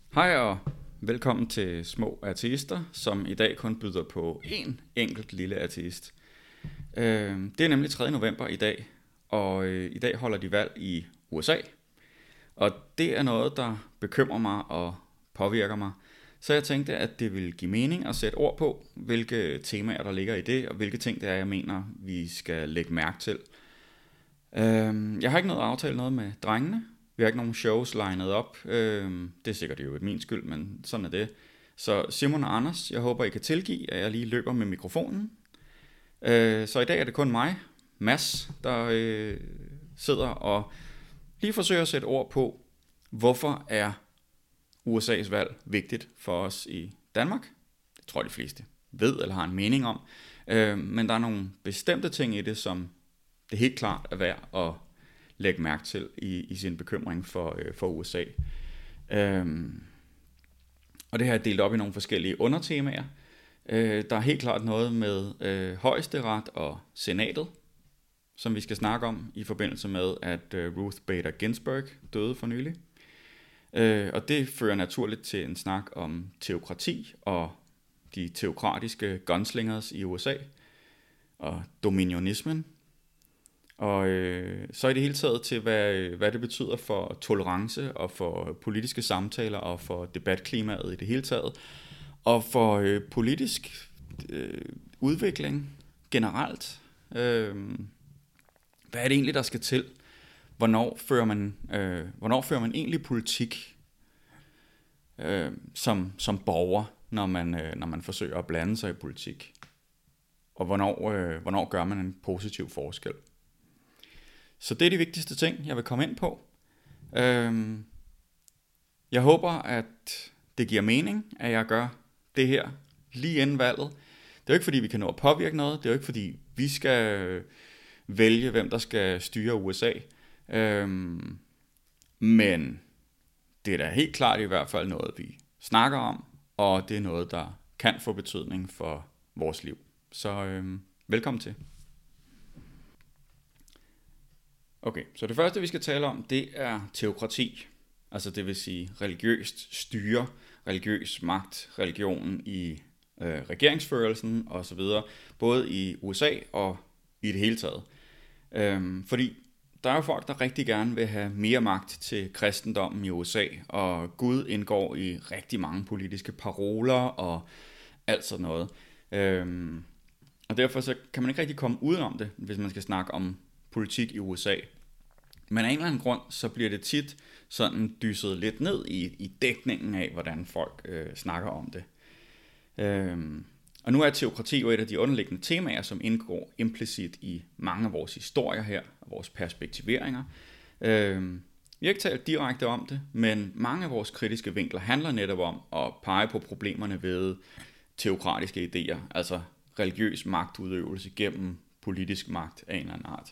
Hej og velkommen til Små Ateister, som i dag kun byder på én enkelt lille ateist. Det er nemlig 3. november i dag, og i dag holder de valg i USA. Og det er noget, der bekymrer mig og påvirker mig. Så jeg tænkte, at det ville give mening at sætte ord på, hvilke temaer der ligger i det, og hvilke ting det er, jeg mener, vi skal lægge mærke til. Jeg har ikke noget aftale noget med drengene. Vi har ikke nogen shows legnet op. Det er sikkert jo min skyld, men sådan er det. Så Simon og Anders, jeg håber, I kan tilgive, at jeg lige løber med mikrofonen. Så i dag er det kun mig, Mads, der sidder og lige forsøger at sætte ord på, hvorfor er USA's valg vigtigt for os i Danmark. Det tror de fleste ved eller har en mening om. Men der er nogle bestemte ting i det, som det helt klart er værd at lægge mærke til i sin bekymring for USA. Og det her er delt op i nogle forskellige undertemaer. Der er helt klart noget med højesteret og senatet, som vi skal snakke om i forbindelse med, at Ruth Bader Ginsburg døde for nylig. Og det fører naturligt til en snak om teokrati og de teokratiske gunslingers i USA og dominionismen. Og så i det hele taget til, hvad det betyder for tolerance og for politiske samtaler og for debatklimaet i det hele taget. Og for politisk udvikling generelt. Hvad er det egentlig, der skal til? Hvornår fører man egentlig politik som borger, når man forsøger at blande sig i politik? Og hvornår gør man en positiv forskel? Så det er de vigtigste ting, jeg vil komme ind på. Jeg håber, at det giver mening, at jeg gør det her lige inden valget. Det er jo ikke, fordi vi kan nå at påvirke noget. Det er jo ikke, fordi vi skal vælge, hvem der skal styre USA. Men det er da helt klart i hvert fald noget, vi snakker om. Og det er noget, der kan få betydning for vores liv. Så velkommen til. Okay, så det første, vi skal tale om, det er teokrati. Altså det vil sige religiøst styre, religiøs magt, religionen i regeringsførelsen osv. Både i USA og i det hele taget. Fordi der er jo folk, der rigtig gerne vil have mere magt til kristendommen i USA, og Gud indgår i rigtig mange politiske paroler og alt sådan noget. Og derfor så kan man ikke rigtig komme udenom det, hvis man skal snakke om politik i USA. Men af en eller anden grund, så bliver det tit sådan dysset lidt ned i dækningen af, hvordan folk snakker om det. Og nu er teokrati jo et af de underliggende temaer, som indgår implicit i mange af vores historier her, og vores perspektiveringer. Vi har ikke talt direkte om det, men mange af vores kritiske vinkler handler netop om at pege på problemerne ved teokratiske idéer, altså religiøs magtudøvelse gennem politisk magt af en eller anden art.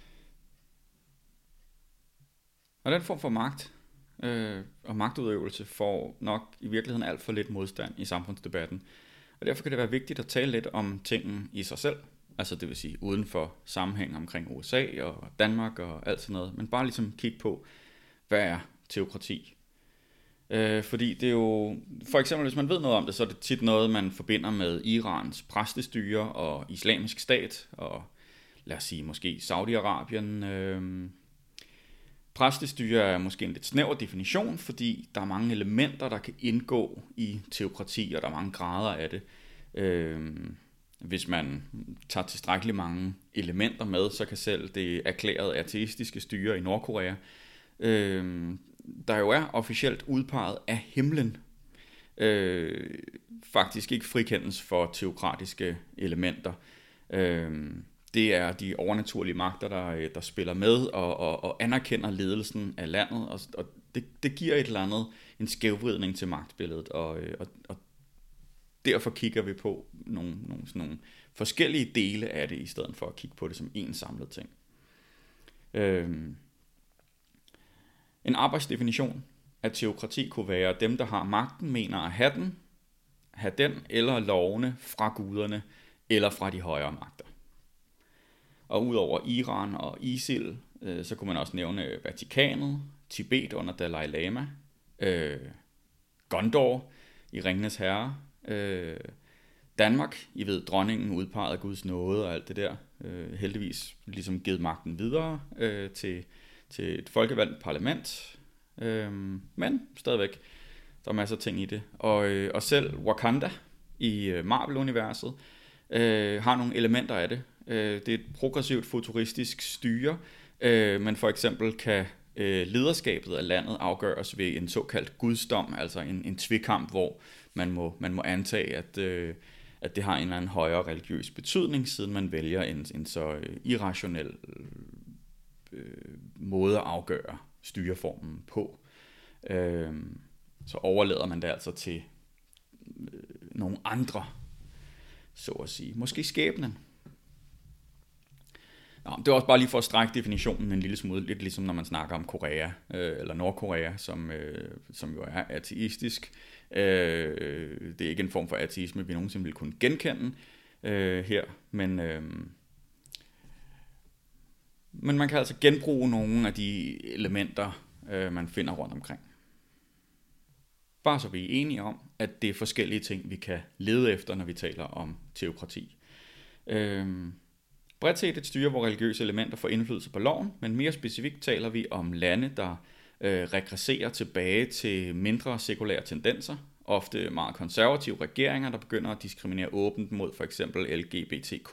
Og den form for magt og magtudøvelse får nok i virkeligheden alt for lidt modstand i samfundsdebatten. Og derfor kan det være vigtigt at tale lidt om tingene i sig selv. Altså det vil sige uden for sammenhæng omkring USA og Danmark og alt sådan noget. Men bare ligesom kigge på, hvad er teokrati? Fordi det er jo, for eksempel hvis man ved noget om det, så er det tit noget, man forbinder med Irans præstestyre og islamisk stat og lad os sige måske Saudi-Arabien. Præstestyre er måske en lidt snæver definition, fordi der er mange elementer, der kan indgå i teokrati, og der er mange grader af det. Hvis man tager tilstrækkeligt mange elementer med, så kan selv det erklærede ateistiske styre i Nordkorea, der jo er officielt udpeget af himlen, faktisk ikke frikendes for teokratiske elementer. Det er de overnaturlige magter, der spiller med og anerkender ledelsen af landet, og det giver et eller andet, en skævvridning til magtbilledet, og derfor kigger vi på nogle forskellige dele af det, i stedet for at kigge på det som en samlet ting. En arbejdsdefinition af teokrati kunne være, dem, der har magten, mener at have den eller lovene fra guderne eller fra de højere magter. Og udover Iran og ISIL, så kunne man også nævne Vatikanet, Tibet under Dalai Lama, Gondor i Ringenes Herre. Danmark, I ved, dronningen udpeget af Guds nåde og alt det der. Heldigvis ligesom givet magten videre til et folkevalgt parlament. Men stadigvæk, der er masser af ting i det. Og selv Wakanda i Marvel-universet har nogle elementer af det. Det er et progressivt futuristisk styre, men for eksempel kan lederskabet af landet afgøres ved en såkaldt gudsdom, altså en tvekamp, hvor man må antage, at det har en eller anden højere religiøs betydning, siden man vælger en så irrationel måde at afgøre styreformen på. Så overlader man det altså til nogle andre, så at sige. Måske skæbnen. Nå, det er også bare lige for at strække definitionen en lille smule, lidt ligesom når man snakker om Korea, eller Nordkorea, som jo er ateistisk. Det er ikke en form for ateisme, vi nogensinde vil kunne genkende her, men man kan altså genbruge nogle af de elementer, man finder rundt omkring. Bare så vi er enige om, at det er forskellige ting, vi kan lede efter, når vi taler om teokrati. Bredt set et styre, hvor religiøse elementer får indflydelse på loven, men mere specifikt taler vi om lande, der regresserer tilbage til mindre sekulære tendenser, ofte meget konservative regeringer, der begynder at diskriminere åbent mod for eksempel LGBTQ+,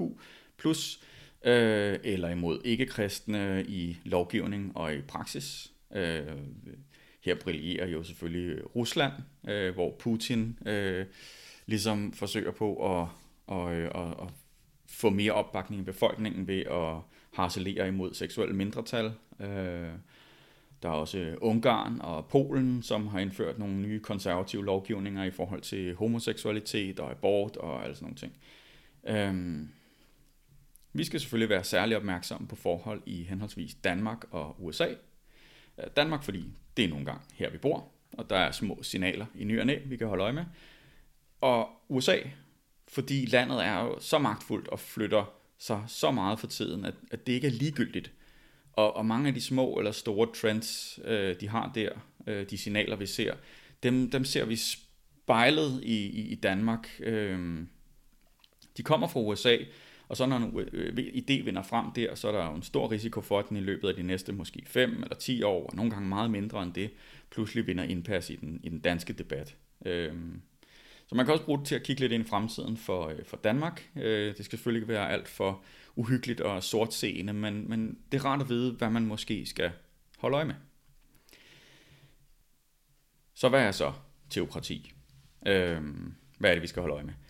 eller imod ikke-kristne i lovgivning og i praksis. Her brillerer jo selvfølgelig Rusland, hvor Putin ligesom forsøger på at få mere opbakning i befolkningen ved at harcelere imod seksuelle mindretal. Der er også Ungarn og Polen, som har indført nogle nye konservative lovgivninger i forhold til homoseksualitet og abort og alle sådan nogle ting. Vi skal selvfølgelig være særlig opmærksomme på forhold i henholdsvis Danmark og USA. Danmark, fordi det er nogle gange her, vi bor, og der er små signaler i ny og næ, vi kan holde øje med. Og USA, fordi landet er jo så magtfuldt og flytter sig så meget for tiden, at det ikke er ligegyldigt. Og mange af de små eller store trends, de har der, de signaler, vi ser, dem ser vi spejlet i Danmark. De kommer fra USA, og så når en idé vinder frem der, så er der jo en stor risiko for, at den i løbet af de næste måske 5 eller 10 år, og nogle gange meget mindre end det, pludselig vinder indpas i den danske debat. Så man kan også bruge det til at kigge lidt ind i fremtiden for Danmark. Det skal selvfølgelig ikke være alt for uhyggeligt og sortseende, men det er rart at vide, hvad man måske skal holde øje med. Så hvad er så teokrati? Hvad er det, vi skal holde øje med?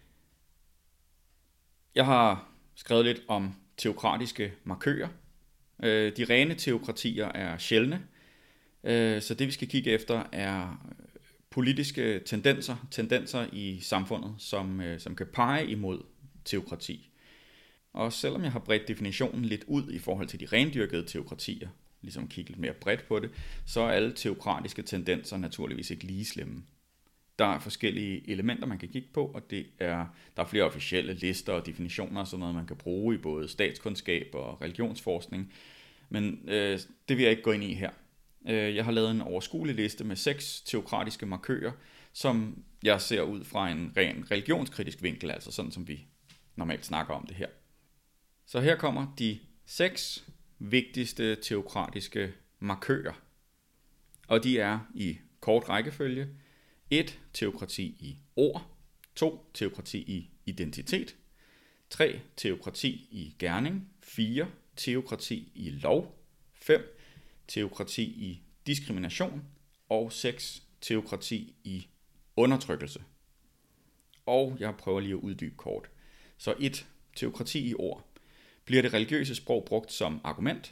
Jeg har skrevet lidt om teokratiske markører. De rene teokratier er sjældne, så det vi skal kigge efter er politiske tendenser i samfundet, som kan pege imod teokrati. Og selvom jeg har bredt definitionen lidt ud i forhold til de rendyrkede teokratier, ligesom kigge lidt mere bredt på det, så er alle teokratiske tendenser naturligvis ikke lige slemme. Der er forskellige elementer, man kan kigge på, og der er flere officielle lister og definitioner, sådan noget, man kan bruge i både statskundskab og religionsforskning. Men det vil jeg ikke gå ind i her. Jeg har lavet en overskuelig liste med 6 teokratiske markører, som jeg ser ud fra en ren religionskritisk vinkel, altså sådan som vi normalt snakker om det her. Så her kommer de 6 vigtigste teokratiske markører, og de er i kort rækkefølge. 1. Teokrati i ord. 2. Teokrati i identitet. 3. Teokrati i gerning. 4. Teokrati i lov. 5. Teokrati i diskrimination. Og 6. Teokrati i undertrykkelse. Og jeg prøver lige at uddybe kort. Så 1. Teokrati i ord. Bliver det religiøse sprog brugt som argument?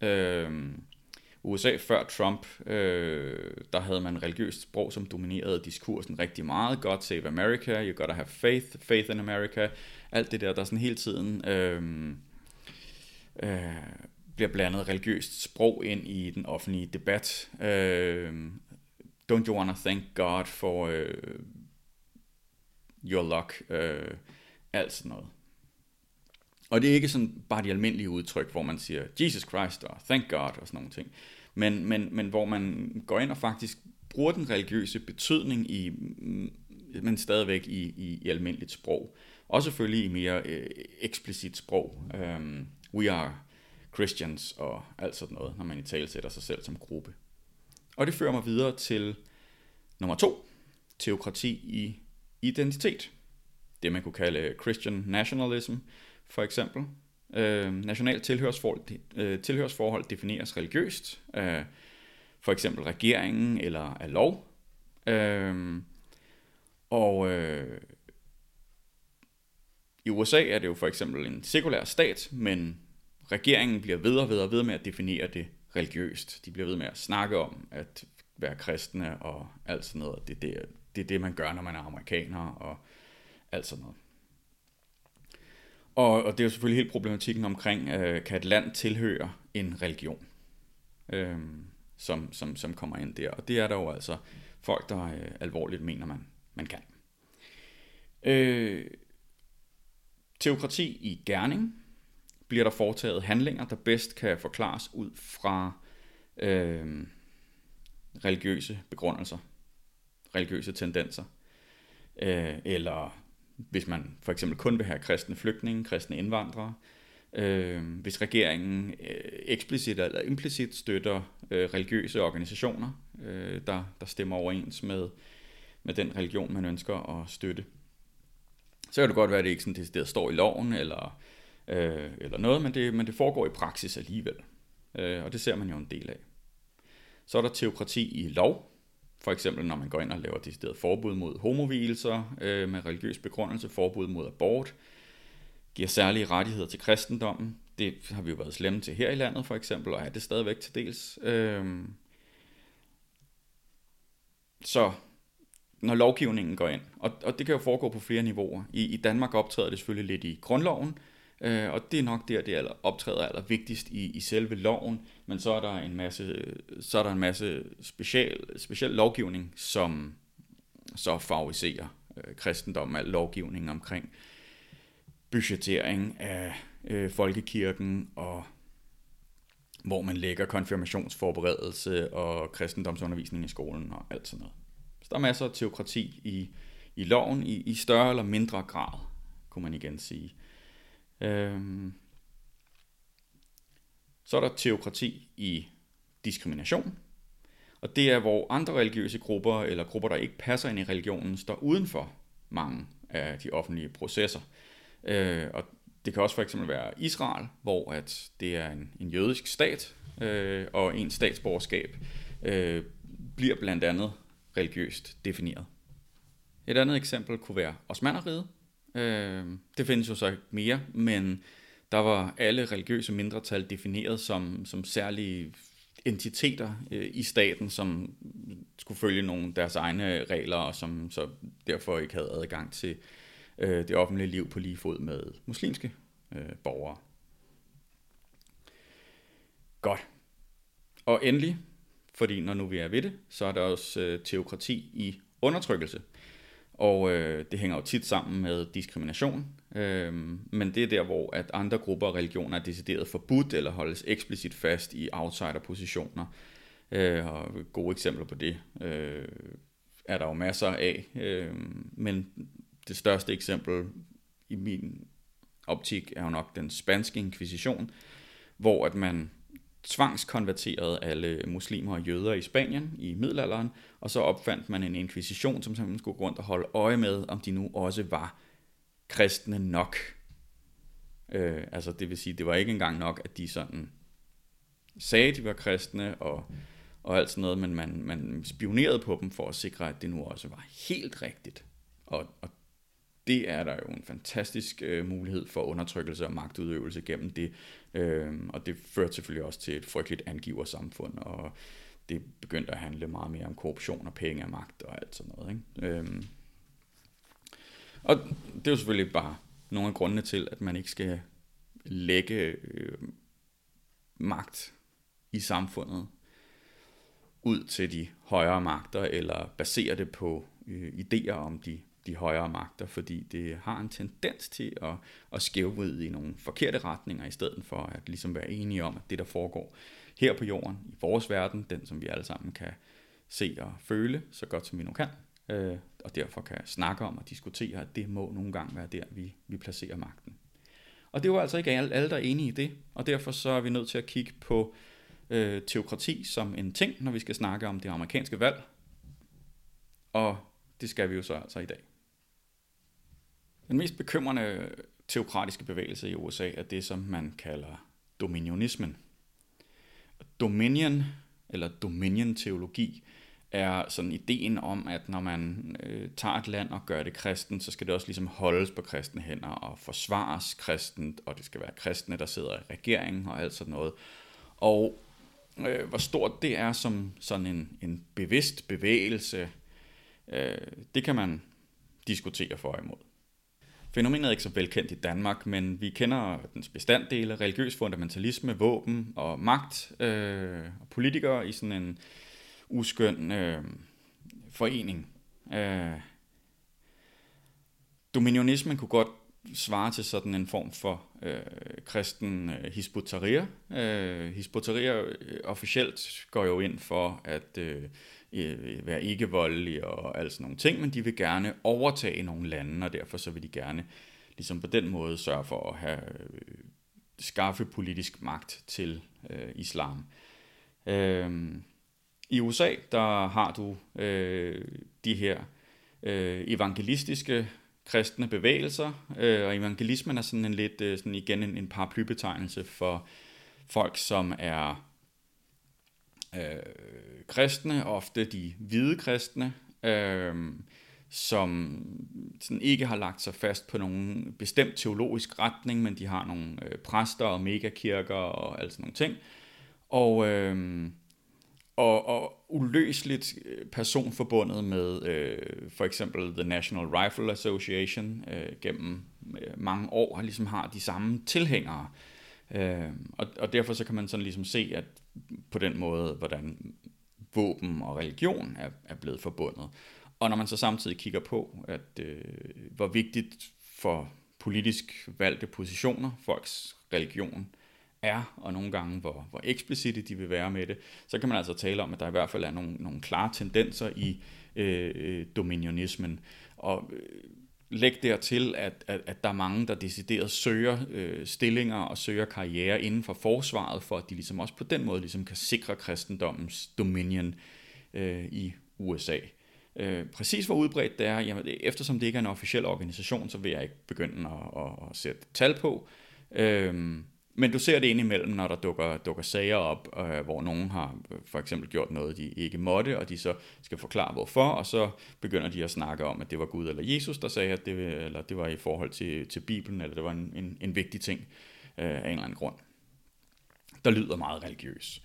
USA før Trump, der havde man religiøst sprog, som dominerede diskursen rigtig meget. God save America, you gotta have faith in America. Alt det der sådan hele tiden bliver blandet religiøst sprog ind i den offentlige debat. Don't you wanna thank God for your luck? Alt sådan noget. Og det er ikke sådan bare de almindelige udtryk, hvor man siger Jesus Christ og thank God og sådan nogle ting. Men hvor man går ind og faktisk bruger den religiøse betydning men stadigvæk i almindeligt sprog. Og selvfølgelig i mere eksplicit sprog. We are Christians og alt sådan noget, når man italesætter sig selv som gruppe. Og det fører mig videre til nummer 2, teokrati i identitet. Det man kunne kalde Christian nationalism, for eksempel. National tilhørsforhold defineres religiøst af for eksempel regeringen eller af lov. I USA er det jo for eksempel en sekulær stat, men regeringen bliver ved med at definere det religiøst. De bliver ved med at snakke om at være kristne og alt sådan noget. Det er det, man gør, når man er amerikaner og alt sådan noget. Og det er jo selvfølgelig helt problematikken omkring, kan et land tilhøre en religion, som kommer ind der. Og det er der jo altså folk, der alvorligt mener, man kan. Teokrati i gerning bliver der foretaget handlinger, der bedst kan forklares ud fra religiøse begrundelser, religiøse tendenser, eller hvis man for eksempel kun vil have kristne flygtninge, kristne indvandrere, hvis regeringen eksplicit eller implicit støtter religiøse organisationer, der stemmer overens med den religion, man ønsker at støtte. Så kan det godt være, at det ikke sådan decideret står i loven eller noget, men det foregår i praksis alligevel. Og det ser man jo en del af. Så er der teokrati i lov. For eksempel når man går ind og laver decideret forbud mod homovielser med religiøs begrundelse, forbud mod abort, giver særlige rettigheder til kristendommen. Det har vi jo været slemme til her i landet for eksempel, og er det stadigvæk til dels. Så når lovgivningen går ind, og det kan jo foregå på flere niveauer. I Danmark optræder det selvfølgelig lidt i grundloven, og det er nok der, det optræder allervigtigst i selve loven, men så er der en masse speciel lovgivning, som så favoriserer kristendommen, al lovgivning omkring budgettering af folkekirken, og hvor man lægger konfirmationsforberedelse og kristendomsundervisning i skolen og alt sådan noget. Så der er masser af teokrati i loven i større eller mindre grad, kunne man igen sige. Så er der teokrati i diskrimination, og det er, hvor andre religiøse grupper eller grupper, der ikke passer ind i religionen, står uden for mange af de offentlige processer. Og det kan også for eksempel være Israel, hvor at det er en jødisk stat, og ens statsborgerskab bliver blandt andet religiøst defineret. Et andet eksempel kunne være Osmannerriget. Det findes jo så ikke mere, men der var alle religiøse mindretal defineret som særlige entiteter i staten, som skulle følge deres egne regler, og som så derfor ikke havde adgang til det offentlige liv på lige fod med muslimske borgere. Godt. Og endelig, fordi når nu vi er ved det, så er der også teokrati i undertrykkelse. Og det hænger jo tit sammen med diskrimination, men det er der, hvor at andre grupper og religioner er decideret forbudt eller holdes eksplicit fast i outsiderpositioner. Og gode eksempler på det er der jo masser af, men det største eksempel i min optik er jo nok den spanske inkvisition, hvor at man tvangskonverterede alle muslimer og jøder i Spanien i middelalderen, og så opfandt man en inkvisition, som simpelthen skulle gå rundt og holde øje med, om de nu også var kristne nok. Altså det vil sige, det var ikke engang nok, at de sådan sagde, at de var kristne og alt sådan noget, men man spionerede på dem for at sikre, at det nu også var helt rigtigt. Og det er der jo en fantastisk mulighed for undertrykkelse og magtudøvelse gennem det, og det førte selvfølgelig også til et frygteligt angiversamfund, og det begyndte at handle meget mere om korruption og penge og magt og alt sådan noget, ikke? Og det er jo selvfølgelig bare nogle af grundene til, at man ikke skal lægge magt i samfundet ud til de højere magter, eller basere det på idéer om de højere magter, fordi det har en tendens til at skævvride i nogle forkerte retninger, i stedet for at ligesom være enige om, at det, der foregår her på jorden, i vores verden, den som vi alle sammen kan se og føle så godt som vi nu kan, og derfor kan snakke om og diskutere, at det må nogle gange være der, vi placerer magten. Og det er jo altså ikke alle, der er enige i det, og derfor så er vi nødt til at kigge på teokrati som en ting, når vi skal snakke om det amerikanske valg, og det skal vi jo så altså i dag. Den mest bekymrende teokratiske bevægelse i USA er det, som man kalder dominionismen. Dominion, eller dominion-teologi, er sådan ideen om, at når man tager et land og gør det kristent, så skal det også ligesom holdes på kristne hænder og forsvares kristent, og det skal være kristne, der sidder i regeringen og alt sådan noget. Og hvor stort det er som sådan en bevidst bevægelse, det kan man diskutere for og imod. Fænomenet er ikke så velkendt i Danmark, men vi kender dens bestanddele, religiøs fundamentalisme, våben og magt, og politikere i sådan en uskøn forening. Dominionismen kunne godt svare til sådan en form for kristen Hizb ut-Tahrir. Hizb ut-Tahrir officielt går jo ind for at være ikke-voldelig og alt sådan nogle ting, men de vil gerne overtage nogle lande, og derfor så vil de gerne ligesom på den måde sørge for at skaffe politisk magt til islam. I USA, der har du de her evangelistiske kristne bevægelser, og evangelismen er sådan en lidt sådan igen en paraplybetegnelse for folk, som er kristne, ofte de hvide kristne, som sådan ikke har lagt sig fast på nogen bestemt teologisk retning, men de har nogle præster og megakirker og alt sådan nogle ting, og uløseligt personforbundet med for eksempel The National Rifle Association gennem mange år ligesom har de samme tilhængere. Og derfor så kan man sådan ligesom se, at på den måde, hvordan våben og religion er blevet forbundet. Og når man så samtidig kigger på, at hvor vigtigt for politisk valgte positioner folks religion er, og nogle gange hvor eksplicite de vil være med det, så kan man altså tale om, at der i hvert fald er nogle klare tendenser i dominionismen. Og læg dertil, at der er mange, der decideret søger stillinger og søger karriere inden for forsvaret, for at de ligesom også på den måde ligesom kan sikre kristendommens dominion i USA. Præcis hvor udbredt det er, jamen, eftersom det ikke er en officiel organisation, så vil jeg ikke begynde at sætte tal på. Men du ser det indimellem, når der dukker sager op, hvor nogen har for eksempel gjort noget, de ikke måtte, og de så skal forklare hvorfor, og så begynder de at snakke om, at det var Gud eller Jesus, der sagde, at det var i forhold til Bibelen, eller det var en vigtig ting af en eller anden grund. Der lyder meget religiøs.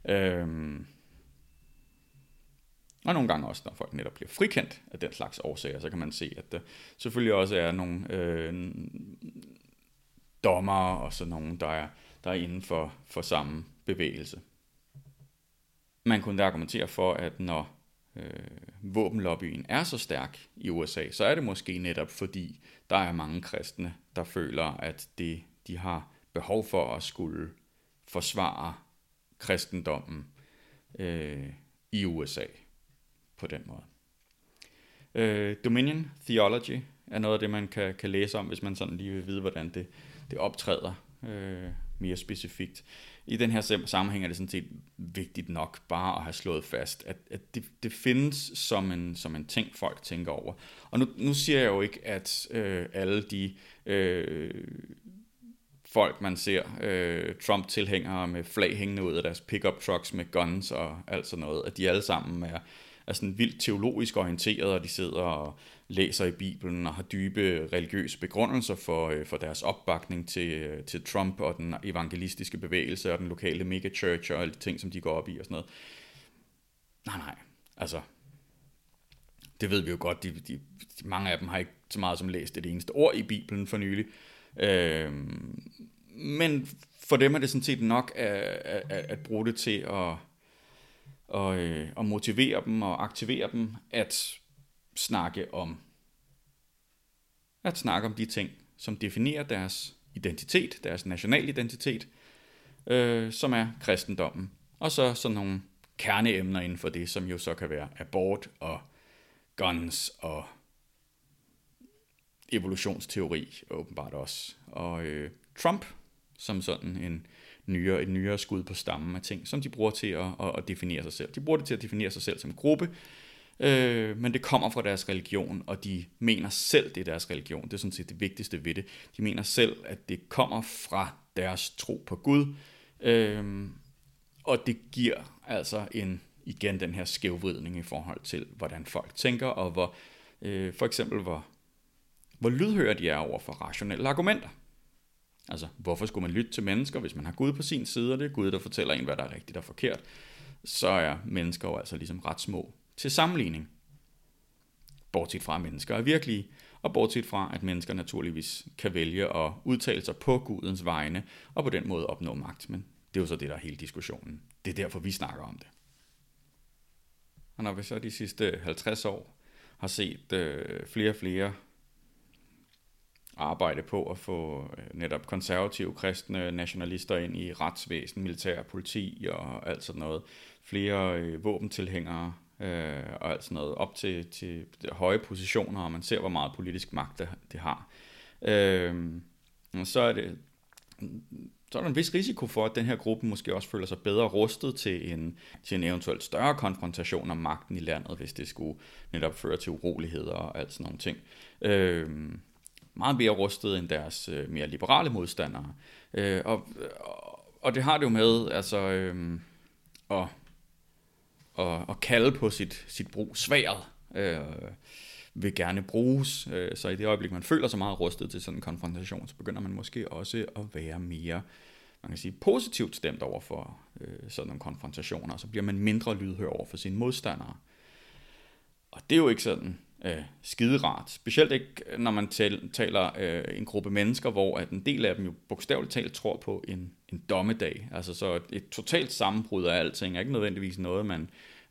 Og nogle gange også, når folk netop bliver frikendt af den slags årsager, så kan man se, at der selvfølgelig også er nogle dommer og sådan nogen, der er inden for samme bevægelse. Man kunne da argumentere for, at når våbenlobbyen er så stærk i USA, så er det måske netop fordi, der er mange kristne, der føler, at de har behov for at skulle forsvare kristendommen i USA på den måde. Dominion Theology er noget af det, man kan læse om, hvis man sådan lige vil vide, hvordan det optræder mere specifikt. I den her sammenhæng er det sådan set vigtigt nok bare at have slået fast, at det findes som en ting, folk tænker over. Og nu siger jeg jo ikke, at alle de folk, man ser, Trump-tilhængere med flag hængende ud af deres pickup trucks med guns og alt sådan noget, at de alle sammen er sådan vildt teologisk orienteret, og de sidder og læser i Bibelen og har dybe religiøse begrundelser for deres opbakning til Trump og den evangelistiske bevægelse og den lokale megachurch og alle de ting, som de går op i og sådan noget. Nej, altså det ved vi jo godt, mange af dem har ikke så meget som læst et eneste ord i Bibelen for nylig. Men for dem er det sådan set nok at bruge det til at motivere dem og aktivere dem at snakke om de ting, som definerer deres identitet, deres nationalidentitet, som er kristendommen. Og så sådan nogle kerneemner inden for det, som jo så kan være abort og guns og evolutionsteori åbenbart også. Og Trump som sådan et nyere skud på stammen af ting, som de bruger til at definere sig selv. De bruger det til at definere sig selv som gruppe, men det kommer fra deres religion, og de mener selv, det er deres religion. Det er sådan set det vigtigste ved det. De mener selv, at det kommer fra deres tro på Gud, og det giver altså igen den her skævvridning i forhold til, hvordan folk tænker, og for eksempel hvor lydhøre de er over for rationelle argumenter. Altså, hvorfor skulle man lytte til mennesker, hvis man har Gud på sin side, og det er Gud, der fortæller en, hvad der er rigtigt og forkert, så er mennesker jo altså ligesom ret små til sammenligning. Bortset fra, at mennesker er virkelige, og bortset fra, at mennesker naturligvis kan vælge at udtale sig på Gudens vegne, og på den måde opnå magt. Men det er jo så det, der er hele diskussionen. Det er derfor, vi snakker om det. Og når vi så de sidste 50 år har set flere og flere arbejde på at få netop konservative, kristne nationalister ind i retsvæsen, militær, politi og alt sådan noget. Flere våbentilhængere og alt sådan noget op til høje positioner, og man ser, hvor meget politisk magt det har. Og så er der en vis risiko for, at den her gruppe måske også føler sig bedre rustet til en eventuelt større konfrontation om magten i landet, hvis det skulle netop føre til uroligheder og alt sådan nogle ting. Meget mere rustet end deres mere liberale modstandere. Og det har det jo med at kalde på sit brug. Sværet vil gerne bruges. Så i det øjeblik, man føler sig meget rustet til sådan en konfrontation, så begynder man måske også at være mere, man kan sige, positivt stemt over for sådan nogle konfrontationer. Så bliver man mindre lydhør over for sine modstandere. Og det er jo ikke sådan skiderart. Specielt ikke, når man taler en gruppe mennesker, hvor at en del af dem jo bogstaveligt talt tror på en dommedag. Altså så et totalt sammenbrud af alting er ikke nødvendigvis noget, man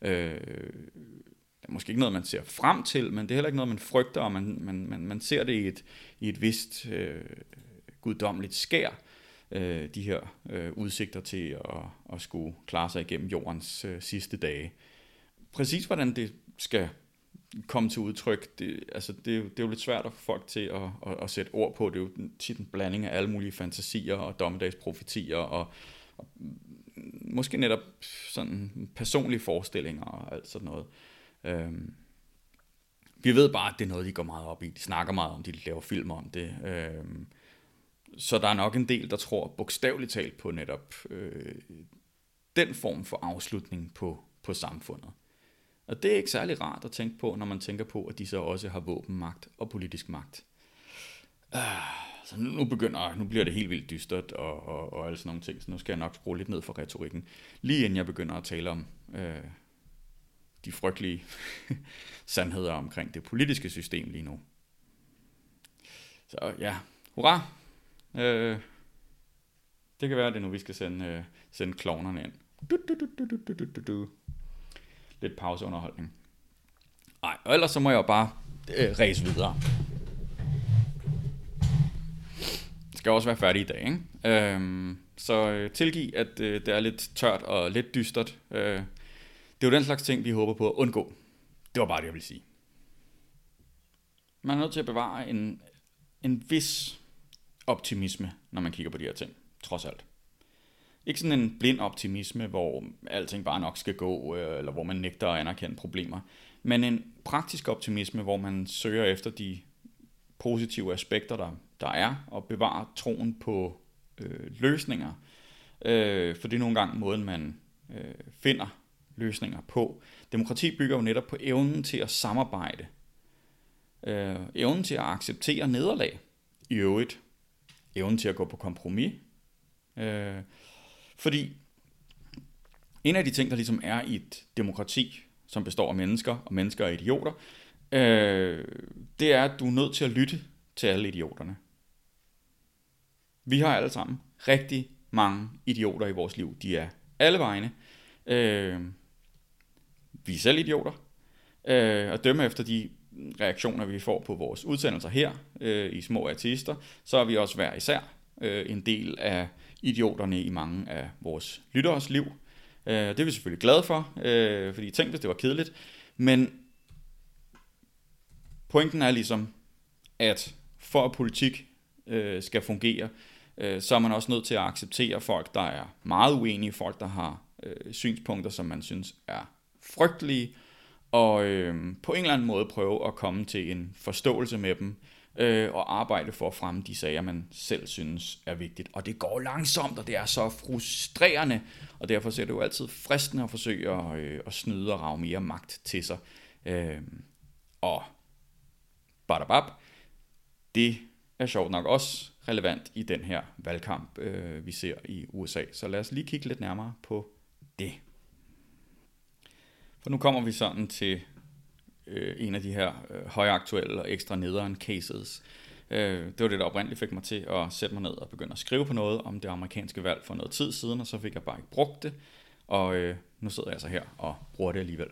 måske ikke noget, man ser frem til, men det er heller ikke noget, man frygter, og man ser det i et vist guddommeligt skær, de her udsigter til at skulle klare sig igennem jordens sidste dage. Præcis hvordan det skal komme til udtryk, det er jo lidt svært at få folk til at sætte ord på. Det er jo tit en blanding af alle mulige fantasier og dommedagsprofetier og måske netop sådan personlige forestillinger og alt sådan noget. Vi ved bare, at det er noget, de går meget op i. De snakker meget om det, de laver film om det. Så der er nok en del, der tror bogstaveligt talt på netop den form for afslutning på samfundet. Og det er ikke særlig rart at tænke på, når man tænker på, at de så også har våbenmagt og politisk magt. Så nu bliver det helt vildt dystert og alle sådan nogle ting, så nu skal jeg nok skrue lidt ned for retorikken. Lige inden jeg begynder at tale om de frygtelige sandheder omkring det politiske system lige nu. Så ja, hurra! Det kan være, det nu vi skal sende klovnerne ind. Lidt pauseunderholdning. Nej, og ellers så må jeg jo bare ræse videre. Det skal også være færdig i dag, ikke? Så tilgiv, at det er lidt tørt og lidt dystert. Det er jo den slags ting, vi håber på at undgå. Det var bare det, jeg ville sige. Man er nødt til at bevare en vis optimisme, når man kigger på de her ting, trods alt. Ikke sådan en blind optimisme, hvor alting bare nok skal gå, eller hvor man nægter at anerkende problemer, men en praktisk optimisme, hvor man søger efter de positive aspekter, der er, og bevarer troen på løsninger. For det er nogle gange måden, man finder løsninger på. Demokrati bygger jo netop på evnen til at samarbejde. Evnen til at acceptere nederlag. I øvrigt. Evnen til at gå på kompromis. Fordi en af de ting, der ligesom er i et demokrati, som består af mennesker, og mennesker er idioter, det er, at du er nødt til at lytte til alle idioterne. Vi har alle sammen rigtig mange idioter i vores liv. De er alle vegne. Vi er selv idioter. Og dømme efter de reaktioner, vi får på vores udsendelser her i Små Ateister, så er vi også hver især en del af idioterne i mange af vores lytteres liv. Det er vi selvfølgelig glade for, fordi tænk, hvis det var kedeligt. Men pointen er ligesom, at for at politik skal fungere, så er man også nødt til at acceptere folk, der er meget uenige, folk, der har synspunkter, som man synes er frygtelige, og på en eller anden måde prøve at komme til en forståelse med dem, og arbejde for at fremme de sager, man selv synes er vigtigt. Og det går langsomt, og det er så frustrerende, og derfor er det jo altid fristende at forsøge at snyde og rage mere magt til sig. Og badabab, det er sjovt nok også relevant i den her valgkamp, vi ser i USA. Så lad os lige kigge lidt nærmere på det. For nu kommer vi sådan til en af de her højaktuelle og ekstra nederen cases. Det var det, der oprindeligt fik mig til at sætte mig ned og begynde at skrive på noget om det amerikanske valg for noget tid siden, og så fik jeg bare ikke brugt det, og nu sidder jeg så her og bruger det alligevel.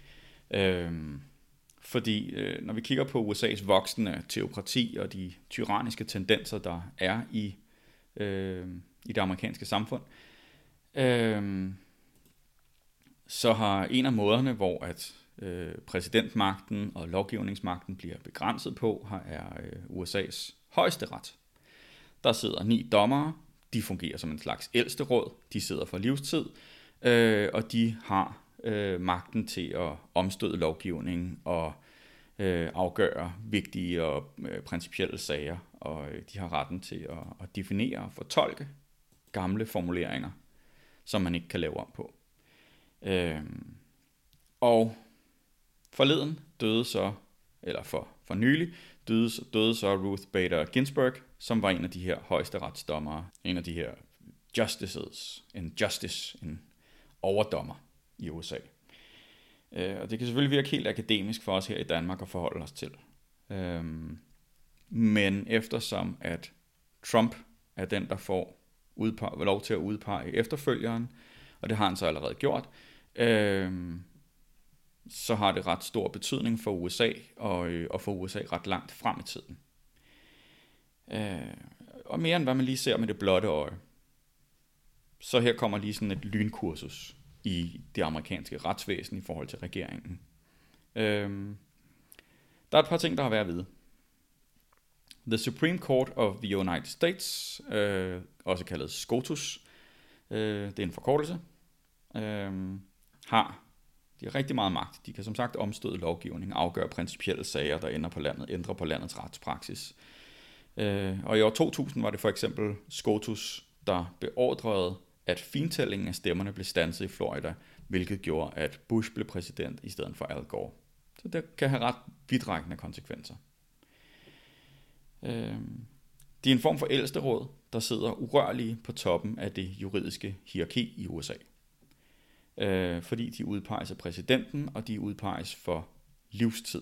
Fordi når vi kigger på USA's voksende teokrati og de tyranniske tendenser, der er i det amerikanske samfund, så har en af måderne, hvor at præsidentmagten og lovgivningsmagten bliver begrænset på, her er USA's højesteret. Der sidder 9 dommere, de fungerer som en slags ældsteråd, de sidder for livstid, og de har magten til at omstøde lovgivningen og afgøre vigtige og principielle sager, og de har retten til at definere og fortolke gamle formuleringer, som man ikke kan lave om på. Og forleden døde så, eller for nylig, døde så Ruth Bader Ginsburg, som var en af de her højesteretsdommere, en af de her en overdommer i USA. Og det kan selvfølgelig virke helt akademisk for os her i Danmark at forholde os til. Men eftersom at Trump er den, der får lov til at udpege efterfølgeren, og det har han så allerede gjort, så har det ret stor betydning for USA, og for USA ret langt frem i tiden. Og mere end hvad man lige ser med det blotte øje. Så her kommer lige sådan et lynkursus i det amerikanske retsvæsen i forhold til regeringen. Der er et par ting, der har været at vide. The Supreme Court of the United States, også kaldet SCOTUS, det er en forkortelse, de har rigtig meget magt. De kan som sagt omstøde lovgivning, afgøre principielle sager, der ændrer på landets retspraksis. Og i år 2000 var det for eksempel SCOTUS, der beordrede, at fintællingen af stemmerne blev standset i Florida, hvilket gjorde, at Bush blev præsident i stedet for Al Gore. Så det kan have ret vidtrækkende konsekvenser. De er en form for ældsteråd, der sidder urørlige på toppen af det juridiske hierarki i USA. Fordi de udpeges af præsidenten, og de udpeges for livstid.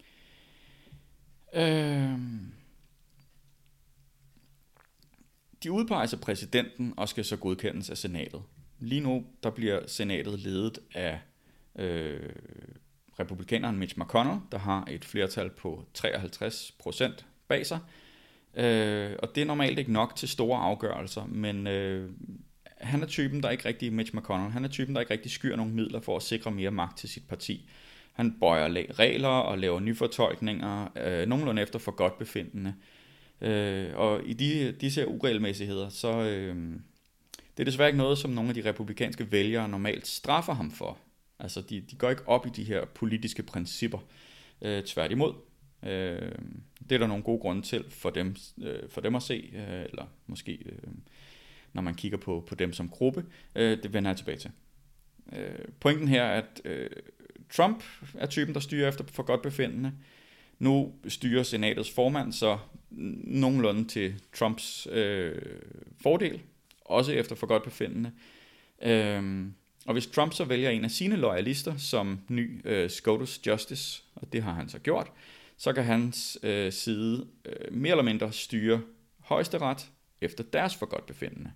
De udpeges af præsidenten og skal så godkendes af senatet. Lige nu der bliver senatet ledet af republikaneren Mitch McConnell, der har et flertal på 53% bag sig. Og det er normalt ikke nok til store afgørelser, men han er typen, der ikke rigtig, Mitch McConnell, han er typen, der ikke rigtig skyer nogle midler for at sikre mere magt til sit parti. Han bøjer regler og laver nyfortolkninger, nogenlunde efter for godt befindende. Og i disse her uregelmæssigheder, så det er desværre ikke noget, som nogle af de republikanske vælgere normalt straffer ham for. Altså, de går ikke op i de her politiske principper. Tværtimod. Det er der nogle gode grunde til for dem at se, eller måske når man kigger på dem som gruppe. Det vender jeg tilbage til. Pointen her er, at Trump er typen, der styrer efter for godt befindende. Nu styrer senatets formand så nogenlunde til Trumps fordel, også efter for godt befindende. Og hvis Trump så vælger en af sine loyalister som ny SCOTUS Justice, og det har han så gjort, så kan hans side mere eller mindre styre højesteret efter deres for godt befindende.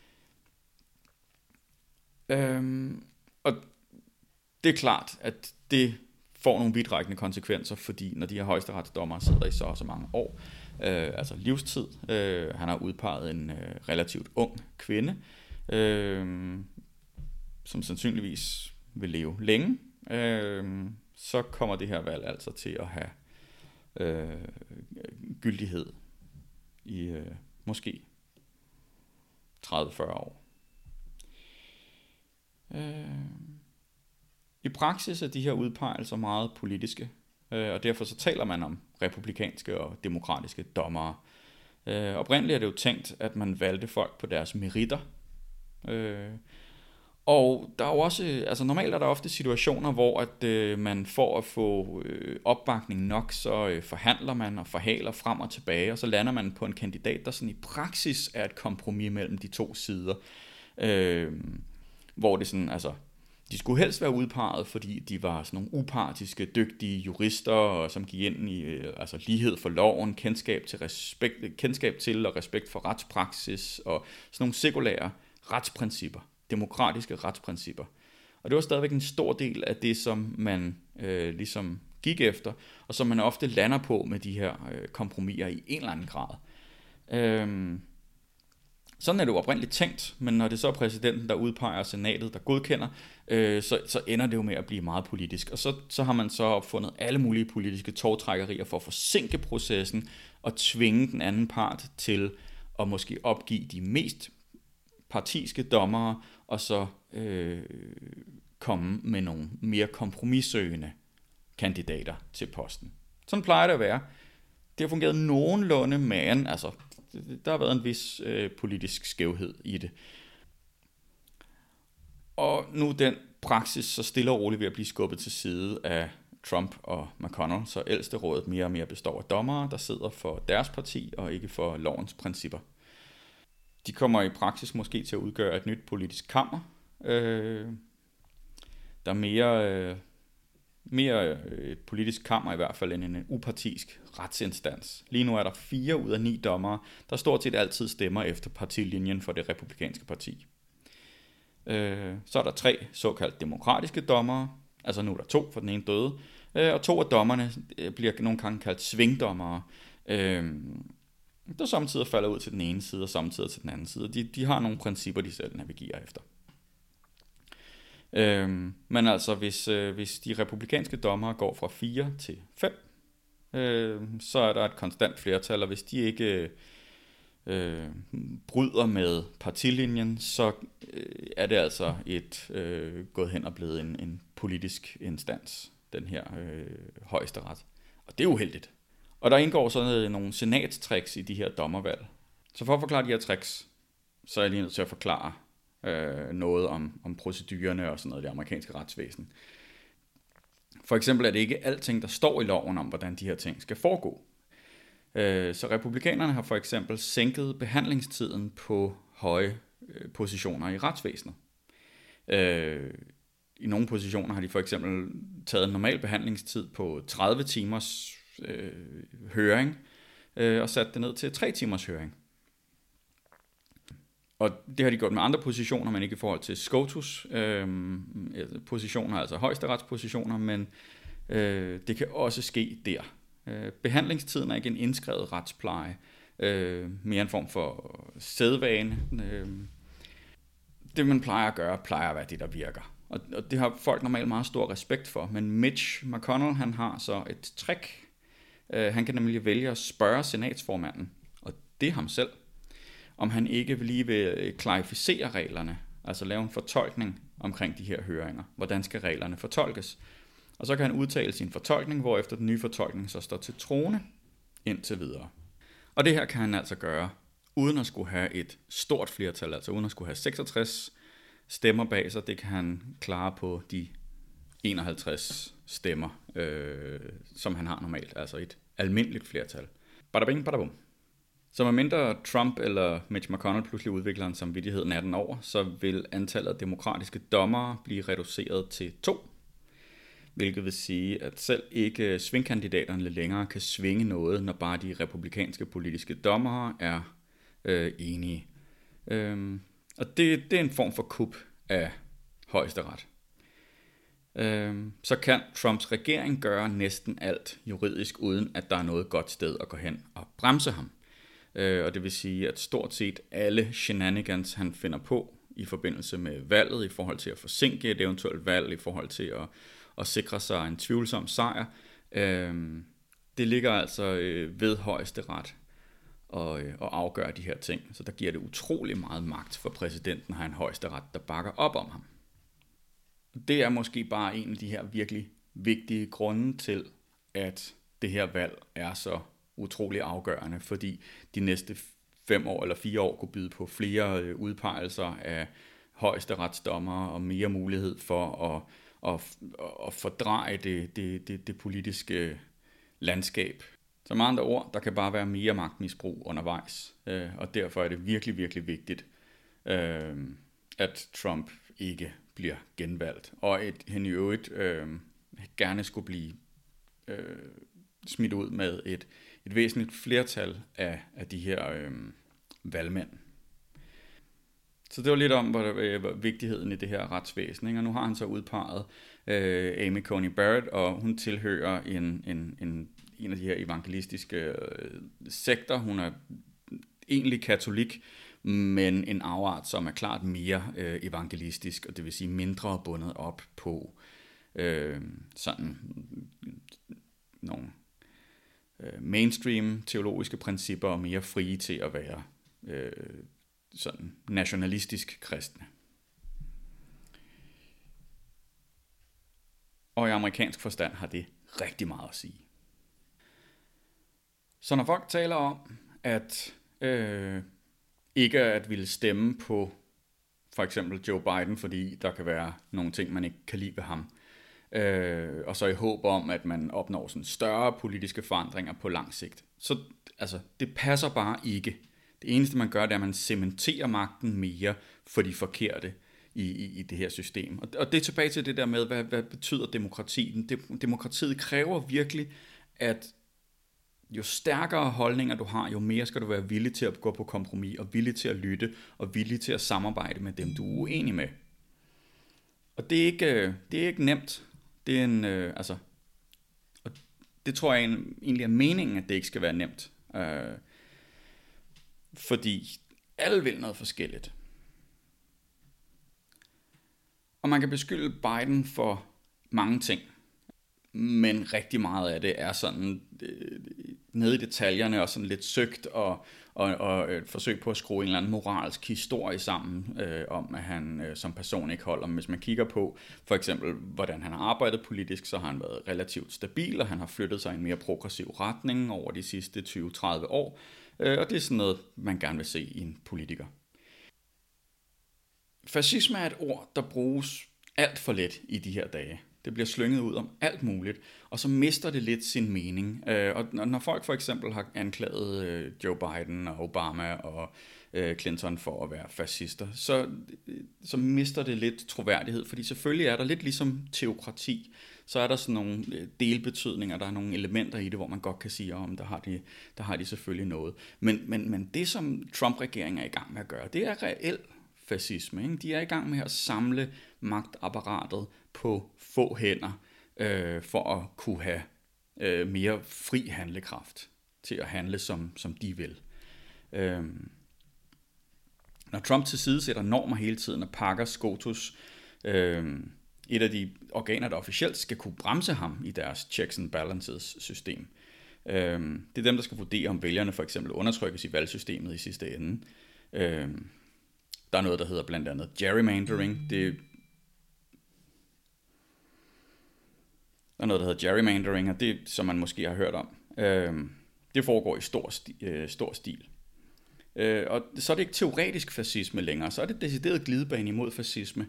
Og det er klart, at det får nogle vidtrækkende konsekvenser, fordi når de her højesteretsdommere sidder i så mange år, altså livstid, han har udpeget en relativt ung kvinde, som sandsynligvis vil leve længe, så kommer det her valg altså til at have gyldighed i måske 30-40 år. I praksis er de her udpegelser meget politiske, og derfor så taler man om republikanske og demokratiske dommere. Oprindeligt er det jo tænkt, at man valgte folk på deres meritter. Og der er jo også, altså normalt er der ofte situationer, hvor at man for at få opbakning nok, så forhandler man og forhaler frem og tilbage, og så lander man på en kandidat, der sådan i praksis er et kompromis mellem de to sider. Hvor det sådan, altså, de skulle helst være udpeget, fordi de var sådan nogle upartiske, dygtige jurister, som gik ind i altså lighed for loven, kendskab til og respekt for retspraksis og sådan nogle sekulære retsprincipper, demokratiske retsprincipper. Og det var stadigvæk en stor del af det, som man ligesom gik efter, og som man ofte lander på med de her kompromiser i en eller anden grad. Sådan er det jo oprindeligt tænkt, men når det så er præsidenten, der udpeger senatet, der godkender, så ender det jo med at blive meget politisk. Og så har man så opfundet alle mulige politiske tovtrækkerier for at forsinke processen og tvinge den anden part til at måske opgive de mest partiske dommere, og så komme med nogle mere kompromissøgende kandidater til posten. Sådan plejer det at være. Det har fungeret nogenlunde, men altså, der har været en vis politisk skævhed i det. Og nu den praksis så stille og roligt ved at blive skubbet til side af Trump og McConnell, så ældsterådet mere og mere består af dommere, der sidder for deres parti og ikke for lovens principper. De kommer i praksis måske til at udgøre et nyt politisk kammer, der er mere et politisk kammer i hvert fald end en upartisk retsinstans. Lige nu er der 4 ud af 9 dommere, der stort set altid stemmer efter partilinjen for det republikanske parti. Så er der 3 såkaldt demokratiske dommere, altså nu er der 2, for den ene døde, og 2 af dommerne bliver nogle gange kaldt svingdommere, der samtidig falder ud til den ene side og samtidig til den anden side. De har nogle principper, de selv navigerer efter. Men altså, hvis de republikanske dommere går fra 4 til 5, så er der et konstant flertal, og hvis de ikke bryder med partilinjen, så er det altså gået hen og blevet en politisk instans, den her højesteret. Og det er uheldigt. Og der indgår sådan nogle senatstricks i de her dommervalg. Så for at forklare de her tricks, så er jeg lige nødt til at forklare noget om procedurerne og sådan noget i det amerikanske retsvæsen. For eksempel er det ikke alting, der står i loven om, hvordan de her ting skal foregå. Så republikanerne har for eksempel sænket behandlingstiden på høje positioner i retsvæsenet. I nogle positioner har de for eksempel taget en normal behandlingstid på 30 timers høring og sat det ned til 3 timers høring. Og det har de gjort med andre positioner, men ikke i forhold til SCOTUS positioner, altså højesteretspositioner, men det kan også ske der. Behandlingstiden er ikke en indskrevet retspleje, mere en form for sædvane. Det man plejer at gøre, plejer at være det, der virker. Og det har folk normalt meget stor respekt for, men Mitch McConnell, han har så et trick. Han kan nemlig vælge at spørge senatsformanden, og det er ham selv, om han ikke lige vil klarificere reglerne, altså lave en fortolkning omkring de her høringer. Hvordan skal reglerne fortolkes? Og så kan han udtale sin fortolkning, hvorefter den nye fortolkning så står til troende indtil videre. Og det her kan han altså gøre, uden at skulle have et stort flertal, altså uden at skulle have 66 stemmer bag sig. Det kan han klare på de 51 stemmer, som han har normalt, altså et almindeligt flertal. Bada bing, bada bum. Så medmindre Trump eller Mitch McConnell pludselig udvikler en samvittighed natten over, så vil antallet af demokratiske dommere blive reduceret til 2. Hvilket vil sige, at selv ikke svingkandidaterne længere kan svinge noget, når bare de republikanske politiske dommere er enige. Og det er en form for kup af højesteret. Så kan Trumps regering gøre næsten alt juridisk, uden at der er noget godt sted at gå hen og bremse ham. Og det vil sige, at stort set alle shenanigans, han finder på i forbindelse med valget, i forhold til at forsinke et eventuelt valg, i forhold til at sikre sig en tvivlsom sejr. Det ligger altså ved højesteret og afgøre de her ting. Så der giver det utrolig meget magt for præsidenten at have en højesteret, der bakker op om ham. Det er måske bare en af de her virkelig vigtige grunde til, at det her valg er så utrolig afgørende, fordi de næste 5 år eller 4 år kunne byde på flere udpegelser af højesteretsdommere og mere mulighed for at fordreje det politiske landskab. Så med andre ord, der kan bare være mere magtmisbrug undervejs, og derfor er det virkelig, virkelig vigtigt, at Trump ikke bliver genvalgt, og at han i øvrigt gerne skulle blive smidt ud med et væsentligt flertal af de her valgmænd. Så det var lidt om hvor vigtigheden i det her retsvæsen, ikke? Og nu har han så udpeget Amy Coney Barrett, og hun tilhører en af de her evangelistiske sekter. Hun er egentlig katolik, men en afart, som er klart mere evangelistisk, og det vil sige mindre bundet op på sådan nogle mainstream teologiske principper, og mere frie til at være sådan nationalistisk kristne. Og i amerikansk forstand har det rigtig meget at sige. Så når folk taler om, at ikke at ville stemme på for eksempel Joe Biden, fordi der kan være nogle ting, man ikke kan lide ved ham, og så i håb om, at man opnår sådan større politiske forandringer på lang sigt. Så altså, det passer bare ikke. Det eneste, man gør, det er, at man cementerer magten mere for de forkerte i det her system. Og det er tilbage til det der med, hvad betyder demokrati? Demokratiet kræver virkelig, at jo stærkere holdninger du har, jo mere skal du være villig til at gå på kompromis, og villig til at lytte, og villig til at samarbejde med dem, du er uenig med. Og det er ikke nemt. Det er og det tror jeg egentlig er meningen, at det ikke skal være nemt. Fordi alle vil noget forskelligt. Og man kan beskylde Biden for mange ting, men rigtig meget af det er sådan nede i detaljerne og sådan lidt søgt og et forsøg på at skrue en eller anden moralsk historie sammen om, at han som person ikke holder. Men hvis man kigger på for eksempel, hvordan han har arbejdet politisk, så har han været relativt stabil, og han har flyttet sig i en mere progressiv retning over de sidste 20-30 år. Og det er sådan noget, man gerne vil se i en politiker. Fascisme er et ord, der bruges alt for let i de her dage. Det bliver slynget ud om alt muligt, og så mister det lidt sin mening. Og når folk for eksempel har anklaget Joe Biden og Obama og Clinton for at være fascister, så mister det lidt troværdighed, fordi selvfølgelig er der lidt ligesom teokrati, så er der sådan nogle delbetydninger, der er nogle elementer i det, hvor man godt kan sige, om der har de selvfølgelig noget. Men det, som Trump-regeringen er i gang med at gøre, det er reelt fascisme. Ikke? De er i gang med at samle magtapparatet på få hænder, for at kunne have mere fri handlekraft til at handle, som de vil. Når Trump tilsidesætter normer hele tiden og pakker SCOTUS, et af de organer, der officielt skal kunne bremse ham i deres checks and balances system. Det er dem, der skal vurdere, om vælgerne for eksempel undertrykkes i valgsystemet i sidste ende. Der er noget, der hedder blandt andet gerrymandering. Der er noget, der hedder gerrymandering, og det, som man måske har hørt om, det foregår i stor stil. Og så er det ikke teoretisk fascisme længere, så er det decideret glidebane imod fascisme.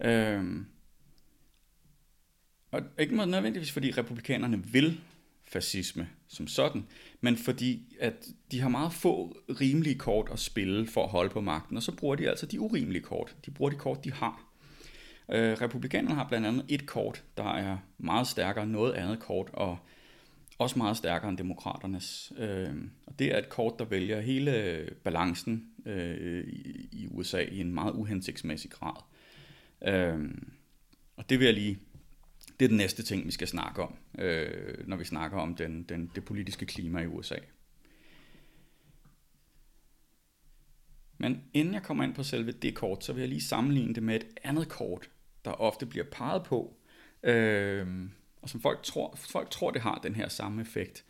Og ikke nødvendigvis, fordi republikanerne vil fascisme som sådan, men fordi at de har meget få rimelige kort at spille for at holde på magten, og så bruger de altså de urimelige kort. De bruger de kort, de har. Republikanerne har blandt andet et kort, der er meget stærkere end noget andet kort, og også meget stærkere end demokraternes. Og det er et kort, der vælger hele balancen i USA i en meget uhensigtsmæssig grad. Og det er den næste ting, vi skal snakke om, når vi snakker om det politiske klima i USA. Men inden jeg kommer ind på selve det kort, så vil jeg lige sammenligne det med et andet kort, der ofte bliver peget på, og som folk tror, det har den her samme effekt.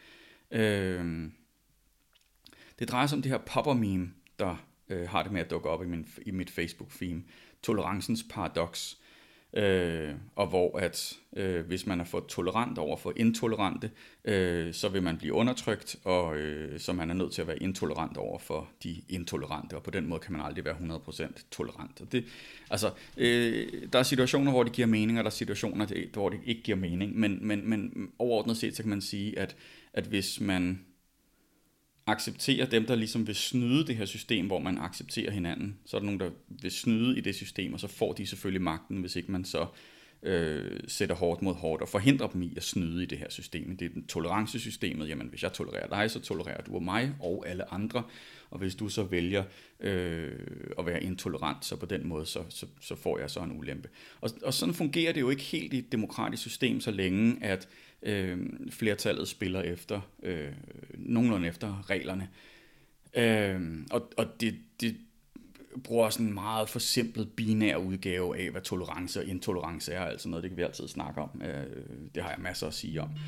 Det drejer sig om det her popper-meme, der har det med at dukke op i mit Facebook-feed. Tolerancens paradoks. Og hvor at hvis man er for tolerant over for intolerante, så vil man blive undertrykt, og så man er nødt til at være intolerant over for de intolerante, og på den måde kan man aldrig være 100% tolerant. Og det, altså, der er situationer, hvor det giver mening, og der er situationer, hvor det ikke giver mening, men overordnet set, så kan man sige, at hvis man accepterer dem, der ligesom vil snyde det her system, hvor man accepterer hinanden, så er der nogen, der vil snyde i det system, og så får de selvfølgelig magten, hvis ikke man så sætter hårdt mod hårdt og forhindrer dem i at snyde i det her system. Det er den tolerancesystemet. Jamen, hvis jeg tolererer dig, så tolererer du mig og alle andre, og hvis du så vælger at være intolerant, så på den måde, så får jeg så en ulempe. Og sådan fungerer det jo ikke helt i et demokratisk system, så længe at flertallet spiller efter nogenlunde efter reglerne. Og det bruger sådan en meget forsimplet binær udgave af, hvad tolerance og intolerance er, altså noget, det kan vi altid snakke om. Det har jeg masser at sige om.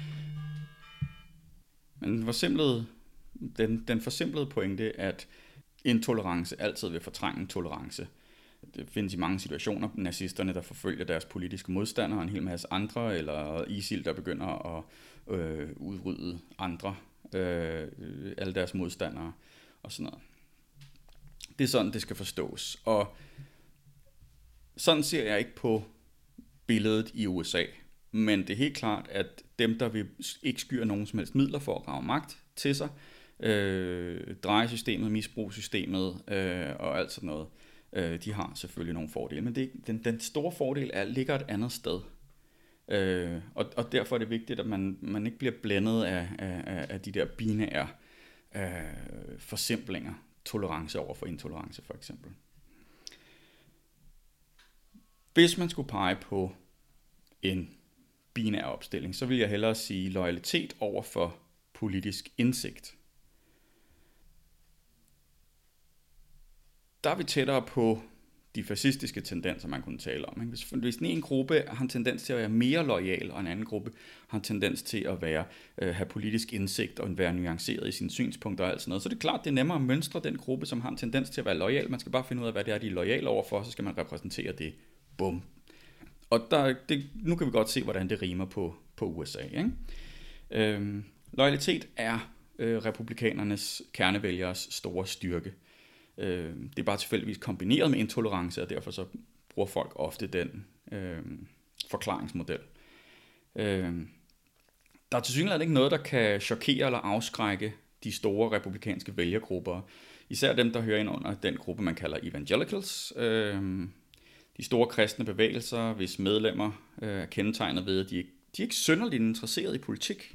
Men den forsimplede pointe, at intolerance altid vil fortrænge tolerance. Det findes i mange situationer. Nazisterne, der forfølger deres politiske modstandere, og en hel masse andre, eller ISIL, der begynder at udrydde andre, alle deres modstandere og sådan noget. Det er sådan, det skal forstås. Og sådan ser jeg ikke på billedet i USA. Men det er helt klart, at dem, der vil ikke skyr nogen som helst midler for at rage magt til sig, drejesystemet, misbrugssystemet og alt sådan noget, de har selvfølgelig nogle fordele. Men den store fordel ligger et andet sted. Og derfor er det vigtigt, at man ikke bliver blændet af de der binære forsimplinger. Tolerance over for intolerance for eksempel. Hvis man skulle pege på en binær opstilling, så vil jeg hellere sige loyalitet over for politisk indsigt. Der er vi tættere på de fascistiske tendenser, man kunne tale om. Hvis en gruppe har en tendens til at være mere loyal, og en anden gruppe har en tendens til at have politisk indsigt og være nuanceret i sine synspunkter og alt sådan noget, så er det klart, det er nemmere at mønstre den gruppe, som har en tendens til at være loyal. Man skal bare finde ud af, hvad det er, de er loyale overfor, så skal man repræsentere det. Bum. Og nu kan vi godt se, hvordan det rimer på USA. Ikke? Loyalitet er republikanernes kernevælgeres store styrke. Det er bare tilfældigvis kombineret med intolerance, og derfor så bruger folk ofte den forklaringsmodel. Der er tilsyneladende ikke noget, der kan chokere eller afskrække de store republikanske vælgergrupper. Især dem, der hører ind under den gruppe, man kalder evangelicals. De store kristne bevægelser, hvis medlemmer er kendetegnet ved, at de er ikke synderligt interesserede i politik.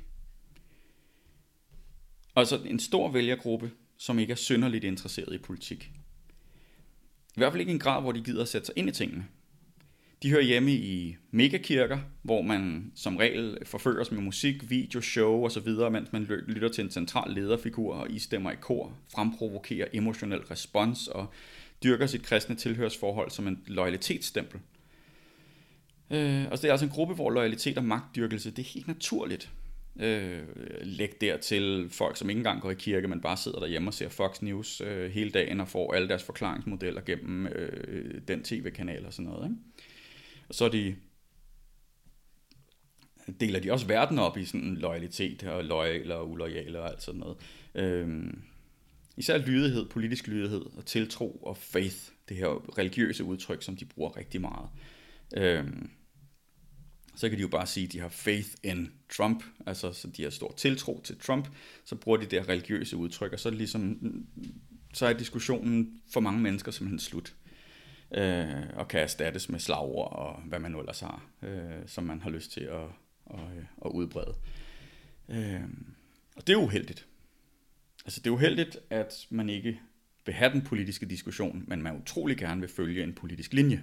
Altså en stor vælgergruppe, som ikke er synderligt interesseret i politik. I hvert fald ikke i en grad, hvor de gider at sætte sig ind i tingene. De hører hjemme i megakirker, hvor man som regel forføres med musik, video, show osv., mens man lytter til en central lederfigur og istemmer i kor, fremprovokerer emotionel respons og dyrker sit kristne tilhørsforhold som en loyalitetsstempel. Og det er altså en gruppe, hvor loyalitet og magtdyrkelse, det er helt naturligt. Læg dertil folk, som ikke engang går i kirke, men bare sidder derhjemme og ser Fox News hele dagen og får alle deres forklaringsmodeller gennem den tv-kanal og sådan noget. Ikke? Og så deler de også verden op i sådan loyalitet og loyale og uloyale og alt sådan noget. Især lydighed, politisk lydighed og tiltro og faith, det her religiøse udtryk, som de bruger rigtig meget. Så kan de jo bare sige, at de har faith in Trump, altså så de har stor tiltro til Trump, så bruger de det religiøse udtryk, og så er diskussionen for mange mennesker simpelthen slut, og kan erstattes med slagord og hvad man nu ellers har, som man har lyst til at udbrede. Og det er uheldigt. Altså det er uheldigt, at man ikke vil have den politiske diskussion, men man utrolig gerne vil følge en politisk linje.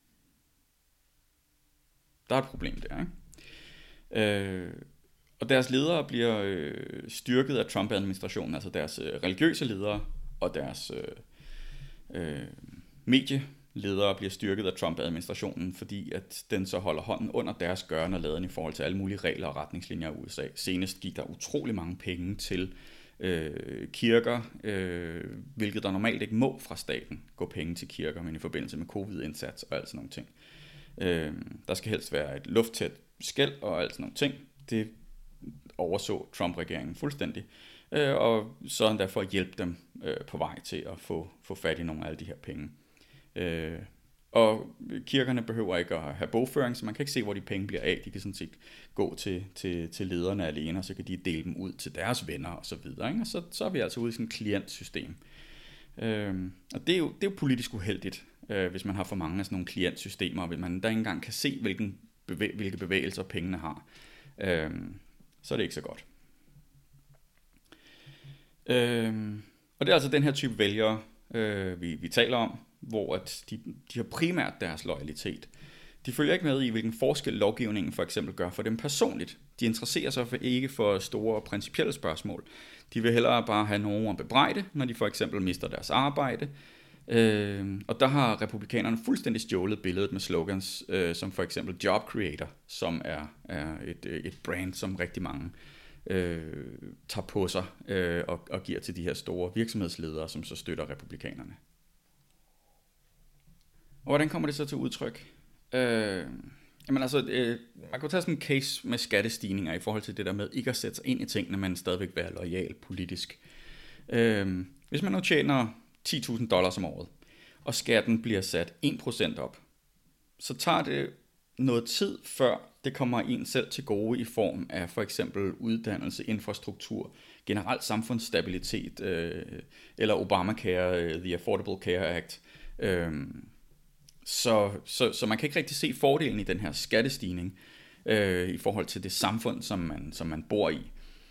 Der er et problem der, ikke? Og deres ledere bliver styrket af Trump-administrationen, altså deres religiøse ledere og deres medieledere bliver styrket af Trump-administrationen, fordi at den så holder hånden under deres gørne og laden i forhold til alle mulige regler og retningslinjer i USA. Senest gik der utrolig mange penge til kirker, hvilket der normalt ikke må fra staten gå penge til kirker, men i forbindelse med covid-indsats og alt sådan nogle ting. Der skal helst være et lufttæt skel og alt sådan nogle ting. Det overså Trump-regeringen fuldstændig, og sådan derfor at hjælpe dem på vej til at få fat i nogle af alle de her penge. Og kirkerne behøver ikke at have bogføring, så man kan ikke se, hvor de penge bliver af. De kan sådan set gå til lederne alene, og så kan de dele dem ud til deres venner og så videre. Ikke? Og så er vi altså ude i sådan et klientsystem. Og det er jo politisk uheldigt, hvis man har for mange af sådan nogle klientsystemer, og man der ikke engang kan se, hvilke bevægelser pengene har. Så er det ikke så godt. Og det er altså den her type vælgere, vi taler om, hvor at de har primært deres loyalitet. De følger ikke med i, hvilken forskel lovgivningen for eksempel gør for dem personligt. De interesserer sig ikke for store principielle spørgsmål. De vil hellere bare have nogen at bebrejde, når de for eksempel mister deres arbejde. Og der har republikanerne fuldstændig stjålet billedet med slogans, som for eksempel Job Creator, som er et brand, som rigtig mange tager på sig og giver til de her store virksomhedsledere, som så støtter republikanerne. Og hvordan kommer det så til udtryk? Man kan tage sådan en case med skattestigninger i forhold til det der med ikke at sætte sig ind i tingene, men stadigvæk være loyal politisk. Hvis man nu tjener $10,000 om året, og skatten bliver sat 1% op, så tager det noget tid, før det kommer en selv til gode i form af for eksempel uddannelse, infrastruktur, generelt samfundsstabilitet, eller Obamacare, The Affordable Care Act. Så man kan ikke rigtig se fordelen i den her skattestigning i forhold til det samfund, som man bor i.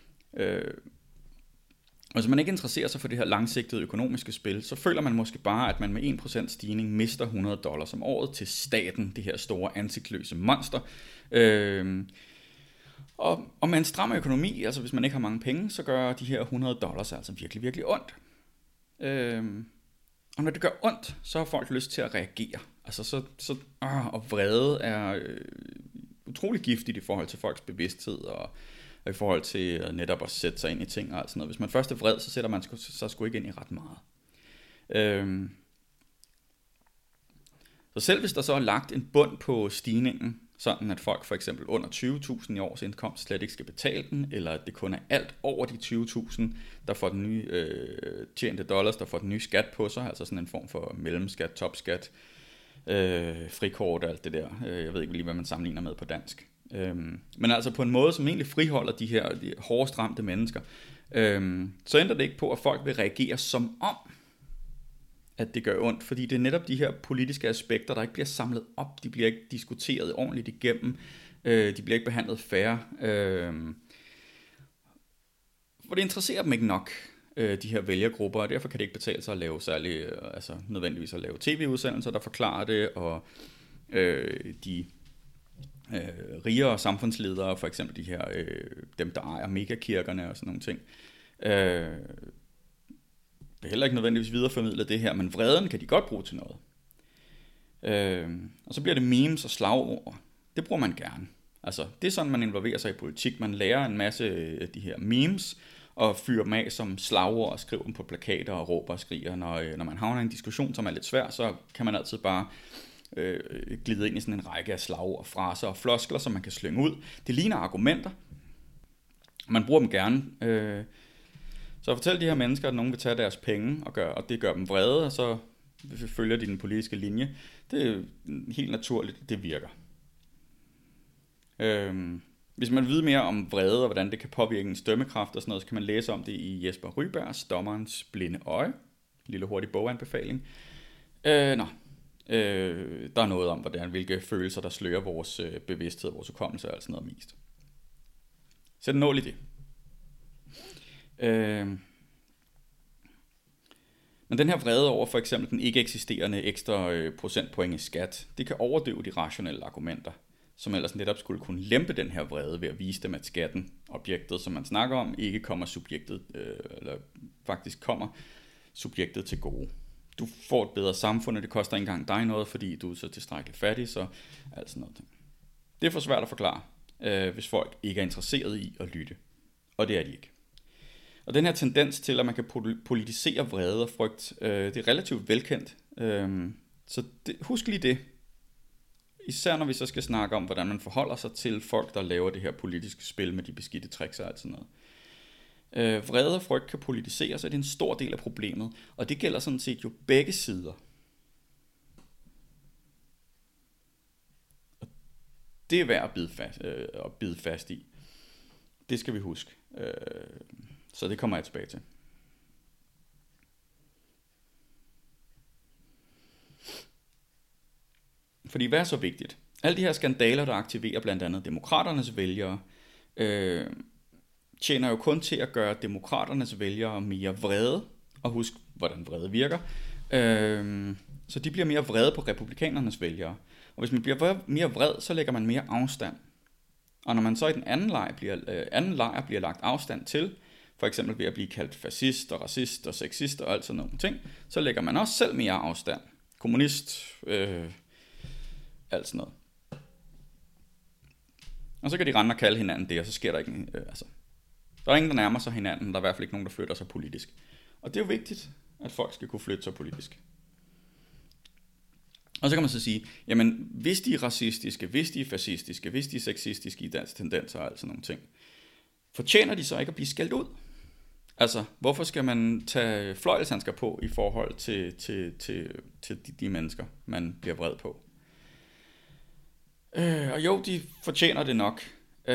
Og hvis man ikke interesserer sig for det her langsigtede økonomiske spil, så føler man måske bare, at man med 1% stigning mister $100 om året til staten, det her store ansigtløse monster. Og med en stram økonomi, altså hvis man ikke har mange penge, så gør de her $100 altså virkelig, virkelig ondt. Og når det gør ondt, så har folk lyst til at reagere. Altså og vrede er utrolig giftigt i forhold til folks bevidsthed og i forhold til netop at sætte sig ind i ting og alt sådan noget. Hvis man først er vred, så sætter man sig sgu ikke ind i ret meget. Så selv hvis der så er lagt en bund på stigningen, sådan at folk for eksempel under 20.000 i års indkomst slet ikke skal betale den, eller at det kun er alt over de 20.000, der får den nye tjente dollars, der får den nye skat på sig, altså sådan en form for mellemskat, topskat, frikort og alt det der. Jeg ved ikke lige, hvad man sammenligner med på dansk. Men altså på en måde, som egentlig friholder de hårdest ramte mennesker, så ændrer det ikke på, at folk vil reagere som om, at det gør ondt, fordi det er netop de her politiske aspekter, der ikke bliver samlet op, de bliver ikke diskuteret ordentligt igennem, de bliver ikke behandlet fair, for det interesserer dem ikke nok, de her vælgergrupper, og derfor kan det ikke betale sig at lave nødvendigvis at lave tv-udsendelser, der forklarer det, og de rigere samfundsledere, for eksempel de her, dem der ejer megakirkerne og sådan nogle ting, det er heller ikke nødvendigvis videreformidlet det her, men vreden kan de godt bruge til noget. Og så bliver det memes og slagord. Det bruger man gerne. Altså, det er sådan, man involverer sig i politik. Man lærer en masse af de her memes, og fyrer dem af som slagord og skriver dem på plakater og råber og skriger. Når man havner i en diskussion, som er lidt svær, så kan man altid bare glide ind i sådan en række af slagord, fraser og floskler, som man kan slynge ud. Det ligner argumenter. Man bruger dem gerne. Så fortæl de her mennesker, at nogen vil tage deres penge, og det gør dem vrede, og så følger de den politiske linje. Det er helt naturligt, det virker. Hvis man vil vide mere om vrede, og hvordan det kan påvirke ens dømmekraft og sådan noget, så kan man læse om det i Jesper Rybergs Dommerens blinde øje. En lille hurtig boganbefaling. Der er noget om, hvilke følelser, der slører vores bevidsthed og vores hukommelse og alt sådan noget mest. Sæt en nål i det. Men den her vrede over for eksempel den ikke eksisterende ekstra procentpoint i skat, det kan overdøve de rationelle argumenter, som ellers netop skulle kunne lempe den her vrede ved at vise dem, at skatten, objektet, som man snakker om, ikke kommer subjektet, eller faktisk kommer subjektet til gode. du får et bedre samfund, og det koster ikke engang dig noget, fordi du er så tilstrækkeligt fattig, så alt sådan noget. Det er for svært at forklare, hvis folk ikke er interesseret i at lytte. Og det er de ikke. Og den her tendens til, at man kan politisere vrede og frygt, det er relativt velkendt. Så husk lige det. Især når vi så skal snakke om, hvordan man forholder sig til folk, der laver det her politiske spil med de beskidte tricks og alt sådan noget. Vrede og frygt kan politiseres, og det er en stor del af problemet. Og det gælder sådan set jo begge sider. Og det er værd at bide fast i. Det skal vi huske. Så det kommer jeg tilbage til. Fordi hvad er så vigtigt? Alle de her skandaler, der aktiverer blandt andet demokraternes vælgere, tjener jo kun til at gøre demokraternes vælgere mere vrede. Og husk, hvordan vrede virker. Så de bliver mere vrede på republikanernes vælgere. Og hvis man bliver mere vred, så lægger man mere afstand. Og når man så i den anden lejr bliver lagt afstand til, for eksempel ved at blive kaldt fascist og racist og sexist og alt sådan nogle ting, så lægger man også selv mere afstand. Kommunist, alt sådan noget. Og så kan de rende og kalde hinanden det, og så sker der ikke, der er ingen, der nærmer sig hinanden, der er i hvert fald ikke nogen, der flytter sig politisk. Og det er jo vigtigt, at folk skal kunne flytte sig politisk. Og så kan man så sige, jamen hvis de er racistiske, hvis de er fascistiske, hvis de er sexistiske i deres tendenser og alt sådan nogle ting, fortjener de så ikke at blive skældt ud? Altså, hvorfor skal man tage fløjelshandsker på i forhold til de mennesker, man bliver vred på? Og jo, de fortjener det nok. Det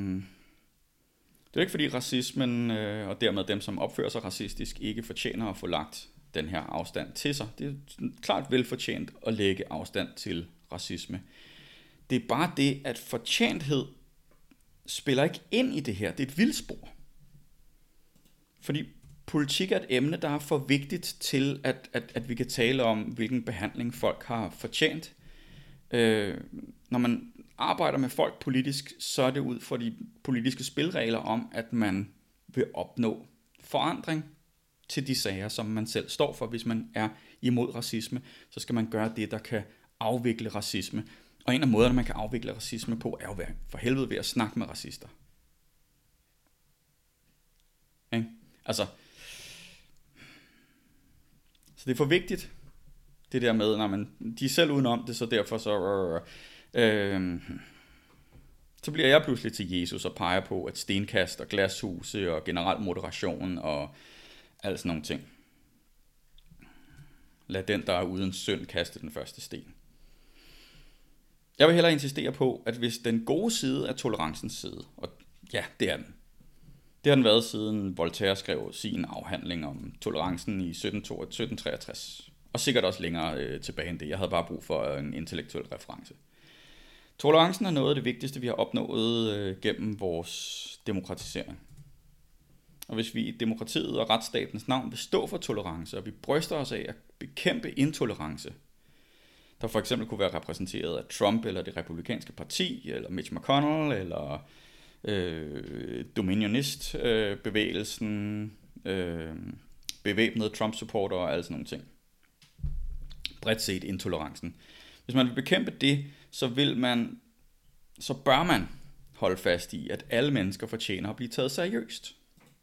er ikke fordi racismen, og dermed dem, som opfører sig racistisk, ikke fortjener at få lagt den her afstand til sig. Det er klart velfortjent at lægge afstand til racisme. Det er bare det, at fortjenthed spiller ikke ind i det her. Det er et vildspor. Fordi politik er et emne, der er for vigtigt til, at vi kan tale om, hvilken behandling folk har fortjent. Når man arbejder med folk politisk, så er det ud fra de politiske spilregler om, at man vil opnå forandring til de sager, som man selv står for. Hvis man er imod racisme, så skal man gøre det, der kan afvikle racisme. Og en af måderne, man kan afvikle racisme på, er jo for helvede ved at snakke med racister. Okay? Altså, så det er for vigtigt, det der med, når de er selv udenom det, så derfor så bliver jeg pludselig til Jesus og peger på, at stenkast og glashuse og generel moderation og alt sådan nogle ting. Lad den, der er uden synd, kaste den første sten. Jeg vil hellere insistere på, at hvis den gode side er tolerancens side, og ja, det er den. Det har den været siden Voltaire skrev sin afhandling om tolerancen i 1763. Og sikkert også længere tilbage end det. Jeg havde bare brug for en intellektuel reference. Tolerancen er noget af det vigtigste, vi har opnået gennem vores demokratisering. Og hvis vi i demokratiet og retsstatens navn vil stå for tolerance, og vi bryster os af at bekæmpe intolerance, der for eksempel kunne være repræsenteret af Trump eller det republikanske parti, eller Mitch McConnell, eller Dominionist-bevægelsen, bevæbnede Trump-supporter og alle sådan nogle ting. Bredt set intolerancen. Hvis man vil bekæmpe det, så bør man holde fast i, at alle mennesker fortjener at blive taget seriøst.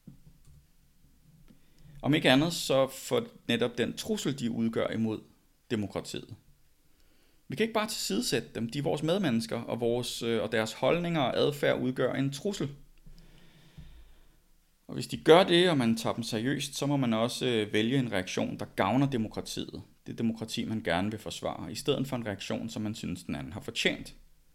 Om ikke andet, så for netop den trussel, de udgør imod demokratiet. Vi kan ikke bare tilsidesætte dem. De er vores medmennesker, og deres holdninger og adfærd udgør en trussel. Og hvis de gør det, og man tager dem seriøst, så må man også vælge en reaktion, der gavner demokratiet. Det demokrati, man gerne vil forsvare, i stedet for en reaktion, som man synes, den anden har fortjent.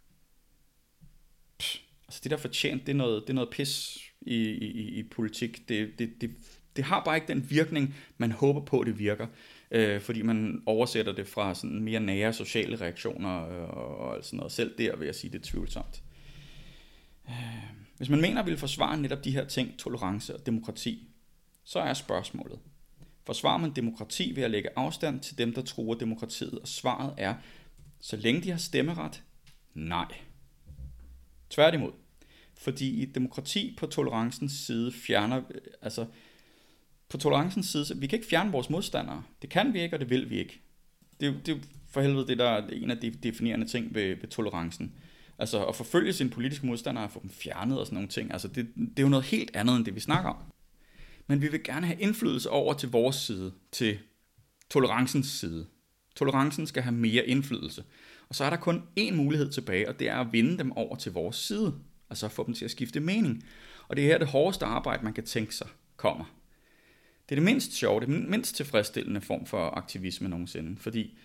Altså det der fortjent, det er noget pis i politik. Det har bare ikke den virkning, man håber på, det virker. Fordi man oversætter det fra sådan mere nære sociale reaktioner og sådan noget. Selv der vil jeg sige, det er tvivlsomt. Hvis man mener at ville forsvare netop de her ting, tolerance og demokrati, så er spørgsmålet: forsvarer man demokrati ved at lægge afstand til dem, der truer demokratiet? Og svaret er, så længe de har stemmeret, nej. Tværtimod. Fordi et demokrati på tolerancens side fjerner, på tolerancens side, så vi kan ikke fjerne vores modstandere. Det kan vi ikke, og det vil vi ikke. Det er for helvede det, der er en af de definerende ting ved tolerancen. Altså at forfølge sine politiske modstandere og få dem fjernet og sådan nogle ting. Altså det er jo noget helt andet end det, vi snakker om. Men vi vil gerne have indflydelse over til vores side, til tolerancens side. Tolerancen skal have mere indflydelse. Og så er der kun én mulighed tilbage, og det er at vinde dem over til vores side. Altså at få dem til at skifte mening. Og det er her det hårdeste arbejde, man kan tænke sig, kommer. Det er det mindst sjove, det mindst tilfredsstillende form for aktivisme nogensinde. Fordi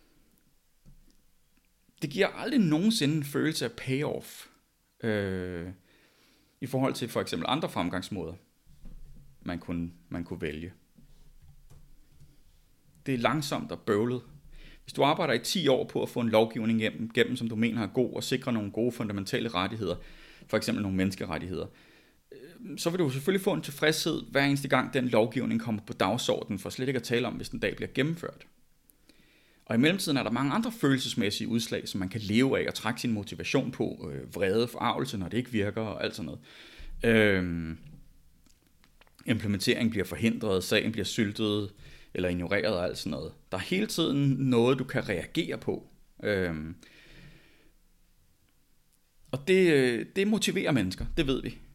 det giver aldrig nogensinde en følelse af payoff. I forhold til for eksempel andre fremgangsmåder, man kunne vælge. Det er langsomt og bøvlet. Hvis du arbejder i 10 år på at få en lovgivning gennem, som du mener er god, og sikre nogle gode fundamentale rettigheder, for eksempel nogle menneskerettigheder, så vil du selvfølgelig få en tilfredshed hver eneste gang den lovgivning kommer på dagsordenen, for slet ikke at tale om, hvis den dag bliver gennemført. Og i mellemtiden er der mange andre følelsesmæssige udslag, som man kan leve af og trække sin motivation på, vrede, forargelse, når det ikke virker og alt sådan noget. Implementering bliver forhindret, sagen bliver syltet eller ignoreret og alt sådan noget. Der er hele tiden noget, du kan reagere på. Og det motiverer mennesker, det ved vi.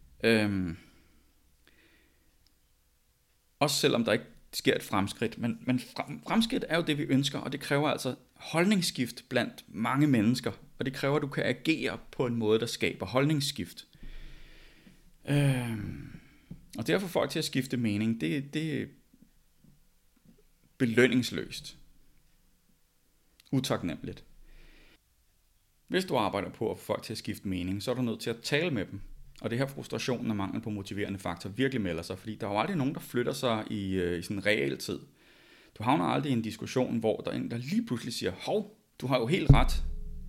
Også selvom der ikke sker et fremskridt. Men fremskridt er jo det, vi ønsker, og det kræver altså holdningsskift blandt mange mennesker. Og det kræver, at du kan agere på en måde, der skaber holdningsskift. Og det at få folk til at skifte mening, det er belønningsløst. Utaknemmeligt. Hvis du arbejder på at få folk til at skifte mening, så er du nødt til at tale med dem. Og det her frustrationen og mangel på motiverende faktor virkelig melder sig, fordi der er jo aldrig nogen, der flytter sig i sådan en realtid. Du havner aldrig i en diskussion, hvor der er en, der lige pludselig siger, hov, du har jo helt ret.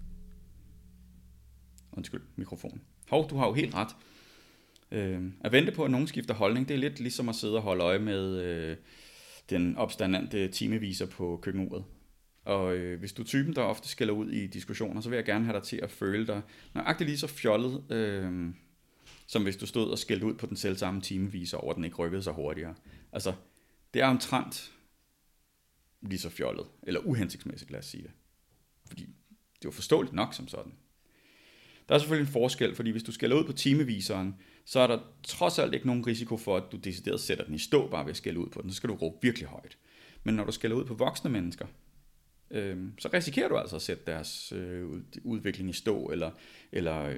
Undskyld, mikrofon. Hov, du har jo helt ret. At vente på, at nogen skifter holdning, det er lidt ligesom at sidde og holde øje med den opstandante timeviser på køkkenuret. Og hvis du er typen, der ofte skælder ud i diskussioner, så vil jeg gerne have dig til at føle dig nøjagtigt lige så fjollet, som hvis du stod og skældte ud på den selvsamme timeviser over, at den ikke rykkede sig hurtigere. Altså, det er omtrent lige så fjollet, eller uhensigtsmæssigt, lad os sige det. Fordi det er jo forståeligt nok som sådan. Der er selvfølgelig en forskel, fordi hvis du skælder ud på timeviseren, så er der trods alt ikke nogen risiko for, at du decideret sætter den i stå bare ved at skælde ud på den. Så skal du råbe virkelig højt. Men når du skælder ud på voksne mennesker, så risikerer du altså at sætte deres udvikling i stå, eller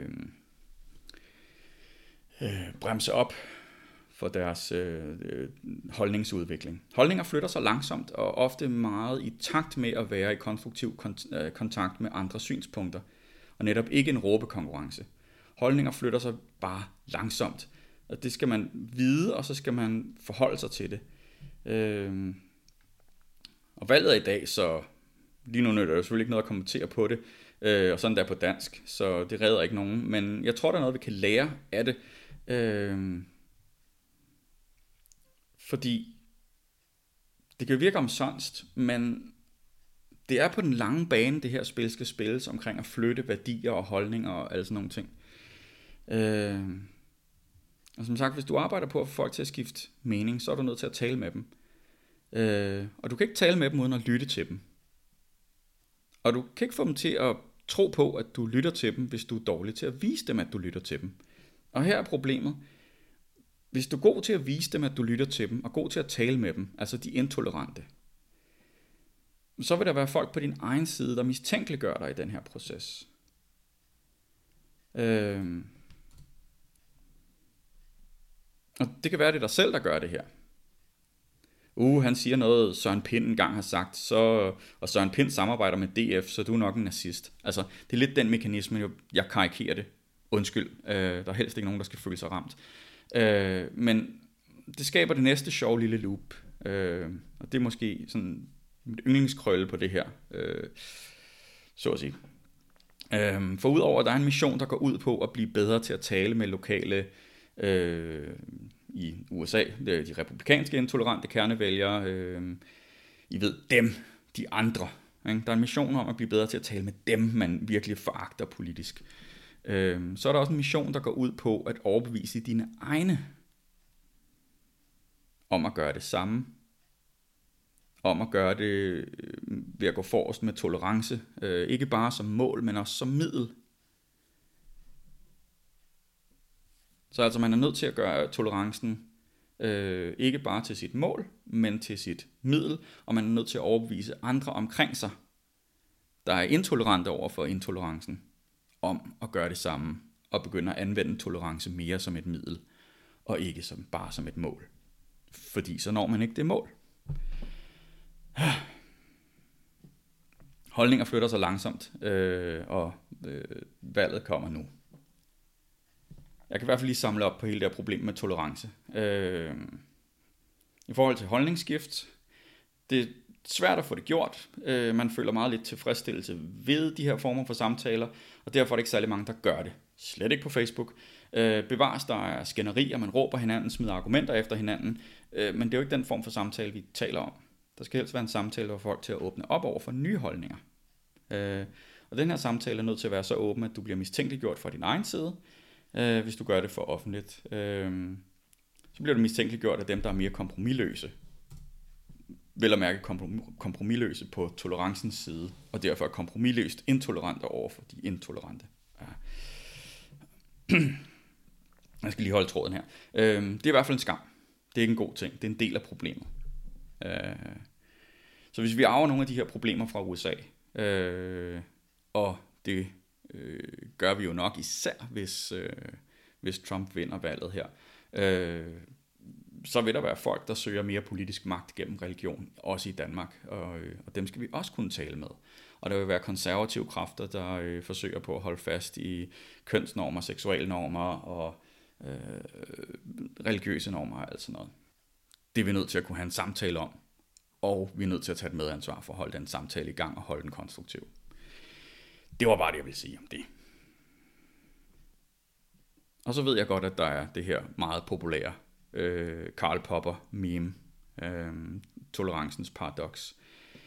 bremse op for deres holdningsudvikling. Holdninger flytter sig langsomt, og ofte meget i takt med at være i konstruktiv kontakt med andre synspunkter, og netop ikke en råbekonkurrence. Holdninger flytter sig bare langsomt, og det skal man vide, og så skal man forholde sig til det. Og valget er i dag, så lige nu er der jo selvfølgelig ikke noget at kommentere på det, og sådan der på dansk, så det redder ikke nogen, men jeg tror, der er noget, vi kan lære af det, fordi det kan jo virke omsonst, men det er på den lange bane, det her spil skal spilles omkring at flytte værdier og holdninger og alle sådan nogle ting. Og som sagt, hvis du arbejder på at få folk til at skifte mening, så er du nødt til at tale med dem. Og du kan ikke tale med dem uden at lytte til dem. Og du kan ikke få dem til at tro på, at du lytter til dem, hvis du er dårlig til at vise dem, at du lytter til dem. Og her er problemet. Hvis du er god til at vise dem, at du lytter til dem, og god til at tale med dem, altså de intolerante, så vil der være folk på din egen side, der mistænkeliggør dig i den her proces. Og det kan være, det er dig selv, der gør det her. Han siger noget, Søren Pind engang har sagt, og Søren Pind samarbejder med DF, så du er nok en nazist. Altså, det er lidt den mekanisme, jeg karikerer det. Undskyld, der er helst ikke nogen, der skal føle sig ramt. Men det skaber det næste sjove lille loop. Og det er måske sådan mit yndlingskrølle på det her, så at sige. For udover at der er en mission, der går ud på at blive bedre til at tale med lokale i USA, de republikanske intolerante kernevælgere, I ved dem, de andre. Ikke? Der er en mission om at blive bedre til at tale med dem, man virkelig foragter politisk. Så er der også en mission, der går ud på at overbevise dine egne om at gøre det samme, om at gøre det ved at gå forrest med tolerance, ikke bare som mål, men også som middel. Så altså man er nødt til at gøre tolerancen ikke bare til sit mål, men til sit middel, og man er nødt til at overbevise andre omkring sig, der er intolerante over for intolerancen, om at gøre det samme, og begynde at anvende tolerance mere som et middel, og ikke bare som et mål. Fordi så når man ikke det mål. Holdninger flytter sig langsomt, og valget kommer nu. Jeg kan i hvert fald lige samle op på hele det her problem med tolerance. I forhold til holdningsskift, det er svært at få det gjort. Man føler meget lidt tilfredsstillelse ved de her former for samtaler, og derfor er det ikke særlig mange, der gør det. Slet ikke på Facebook. Bevares, der er skænderier, man råber hinanden, smider argumenter efter hinanden, men det er jo ikke den form for samtale, vi taler om. Der skal helst være en samtale, hvor folk til at åbne op over for nye holdninger. Og den her samtale er nødt til at være så åben, at du bliver mistænkeliggjort fra din egen side, hvis du gør det for offentligt. Så bliver du mistænkeliggjort af dem, der er mere kompromisløse. Vel at mærke kompromisløse på tolerancens side, og derfor er kompromisløst intolerante over for de intolerante. Ja. Jeg skal lige holde tråden her. Det er i hvert fald en skam. Det er ikke en god ting. Det er en del af problemet. Så hvis vi arver nogle af de her problemer fra USA, og det gør vi jo nok især, hvis Trump vinder valget her, så vil der være folk, der søger mere politisk magt gennem religion, også i Danmark, og dem skal vi også kunne tale med. Og der vil være konservative kræfter, der forsøger på at holde fast i kønsnormer, seksuelle normer og religiøse normer og alt sådan noget. Det er vi nødt til at kunne have en samtale om, og vi er nødt til at tage et medansvar for at holde den samtale i gang og holde den konstruktiv. Det var bare det, jeg ville sige om det. Og så ved jeg godt, at der er det her meget populære Karl Popper meme, tolerancens paradoks.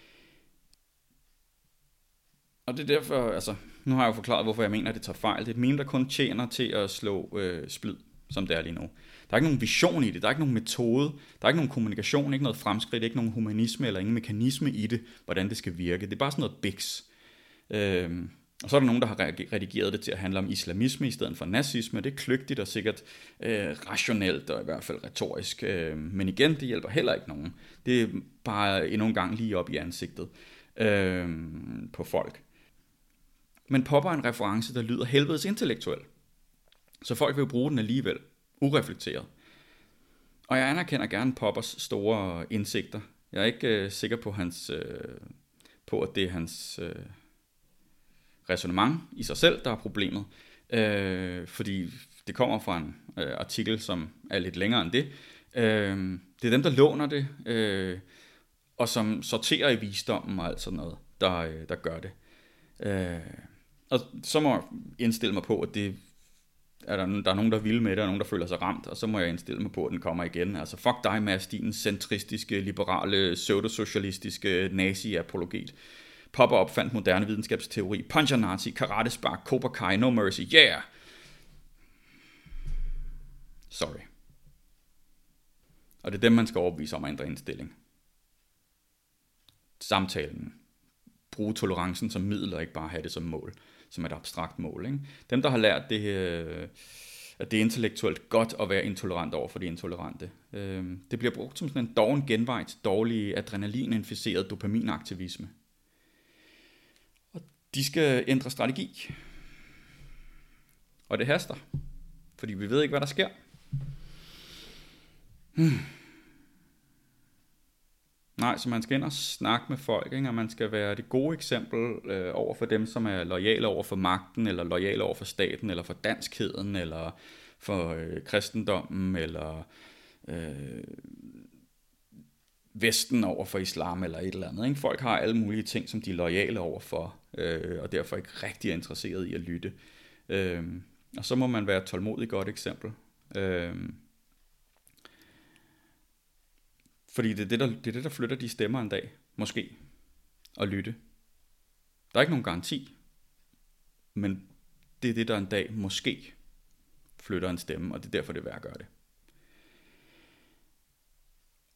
Og det er derfor, altså, nu har jeg jo forklaret, hvorfor jeg mener, at det tager fejl. Det er et meme, der kun tjener til at slå splid, som det er lige nu. Der er ikke nogen vision i det, der er ikke nogen metode, der er ikke nogen kommunikation, ikke noget fremskridt, ikke nogen humanisme eller ingen mekanisme i det, hvordan det skal virke. Det er bare sådan noget biks. Og så er der nogen, der har redigeret det til at handle om islamisme i stedet for nazisme. Det er kløgtigt og sikkert rationelt og i hvert fald retorisk. Men igen, det hjælper heller ikke nogen. Det er bare endnu en gang lige op i ansigtet på folk. Men Popper er en reference, der lyder helvedes intellektuel. Så folk vil bruge den alligevel, ureflekteret. Og jeg anerkender gerne Poppers store indsigter. Jeg er ikke sikker på, på at det er hans ræsonnement i sig selv, der er problemet. Fordi det kommer fra en artikel, som er lidt længere end det. Det er dem, der låner det, og som sorterer i visdommen og alt sådan noget, der gør det. Og så må jeg indstille mig på, at det der er nogen, der vil med det, og nogen, der føler sig ramt, og så må jeg indstille mig på, at den kommer igen. Altså, fuck dig, Mads, din centristiske, liberale, pseudosocialistiske, nazi-apologet. Popper opfandt moderne videnskabsteori, puncher nazi, karatespark, Cobra Kai, no mercy, yeah! Sorry. Og det er dem, man skal overbevise om at ændre indstilling. Samtalen. Bruge tolerancen som middel, og ikke bare have det som mål, som et abstrakt mål. Ikke? Dem, der har lært det, at det er intellektuelt godt at være intolerant over for de intolerante. Det bliver brugt som sådan en doven genvej til dårlig adrenalin-inficeret dopaminaktivisme. Og de skal ændre strategi. Og det haster, fordi vi ved ikke, hvad der sker. Nej, så man skal ind og snakke med folk, ikke? Og man skal være det gode eksempel over for dem, som er loyale over for magten, eller loyale over for staten, eller for danskheden, eller for kristendommen, eller Vesten over for islam, eller et eller andet. Ikke? Folk har alle mulige ting, som de er loyale over for, og derfor ikke rigtig er interesseret i at lytte. Og så må man være et tålmodigt godt eksempel. Fordi det er det, der flytter de stemmer en dag, måske, at lytte. Der er ikke nogen garanti, men det er det, der en dag måske flytter en stemme, og det er derfor, det er værd at gøre det.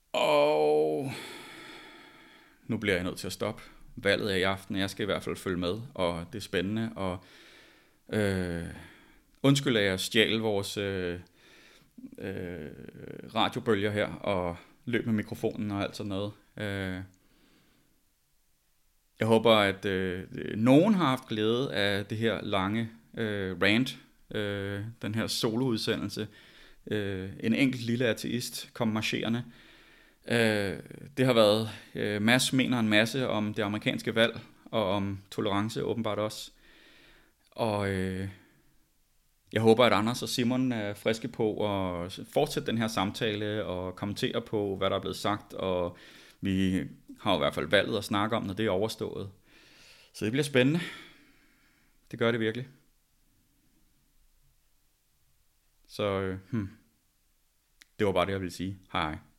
nu bliver jeg nødt til at stoppe. Valget er i aften, jeg skal i hvert fald følge med, og det er spændende. Og undskyld, at jeg stjal vores radiobølger her, og løb med mikrofonen og alt sådan noget. Jeg håber, at nogen har haft glæde af det her lange rant, den her soloudsendelse. En enkelt lille ateist kom marcherende. Det har været Mads mener en masse om det amerikanske valg, og om tolerance åbenbart også. Og jeg håber, at Anders og Simon er friske på at fortsætte den her samtale og kommentere på, hvad der er blevet sagt, og vi har i hvert fald valget at snakke om, når det er overstået. Så det bliver spændende. Det gør det virkelig. Så det var bare det, jeg ville sige. Hej.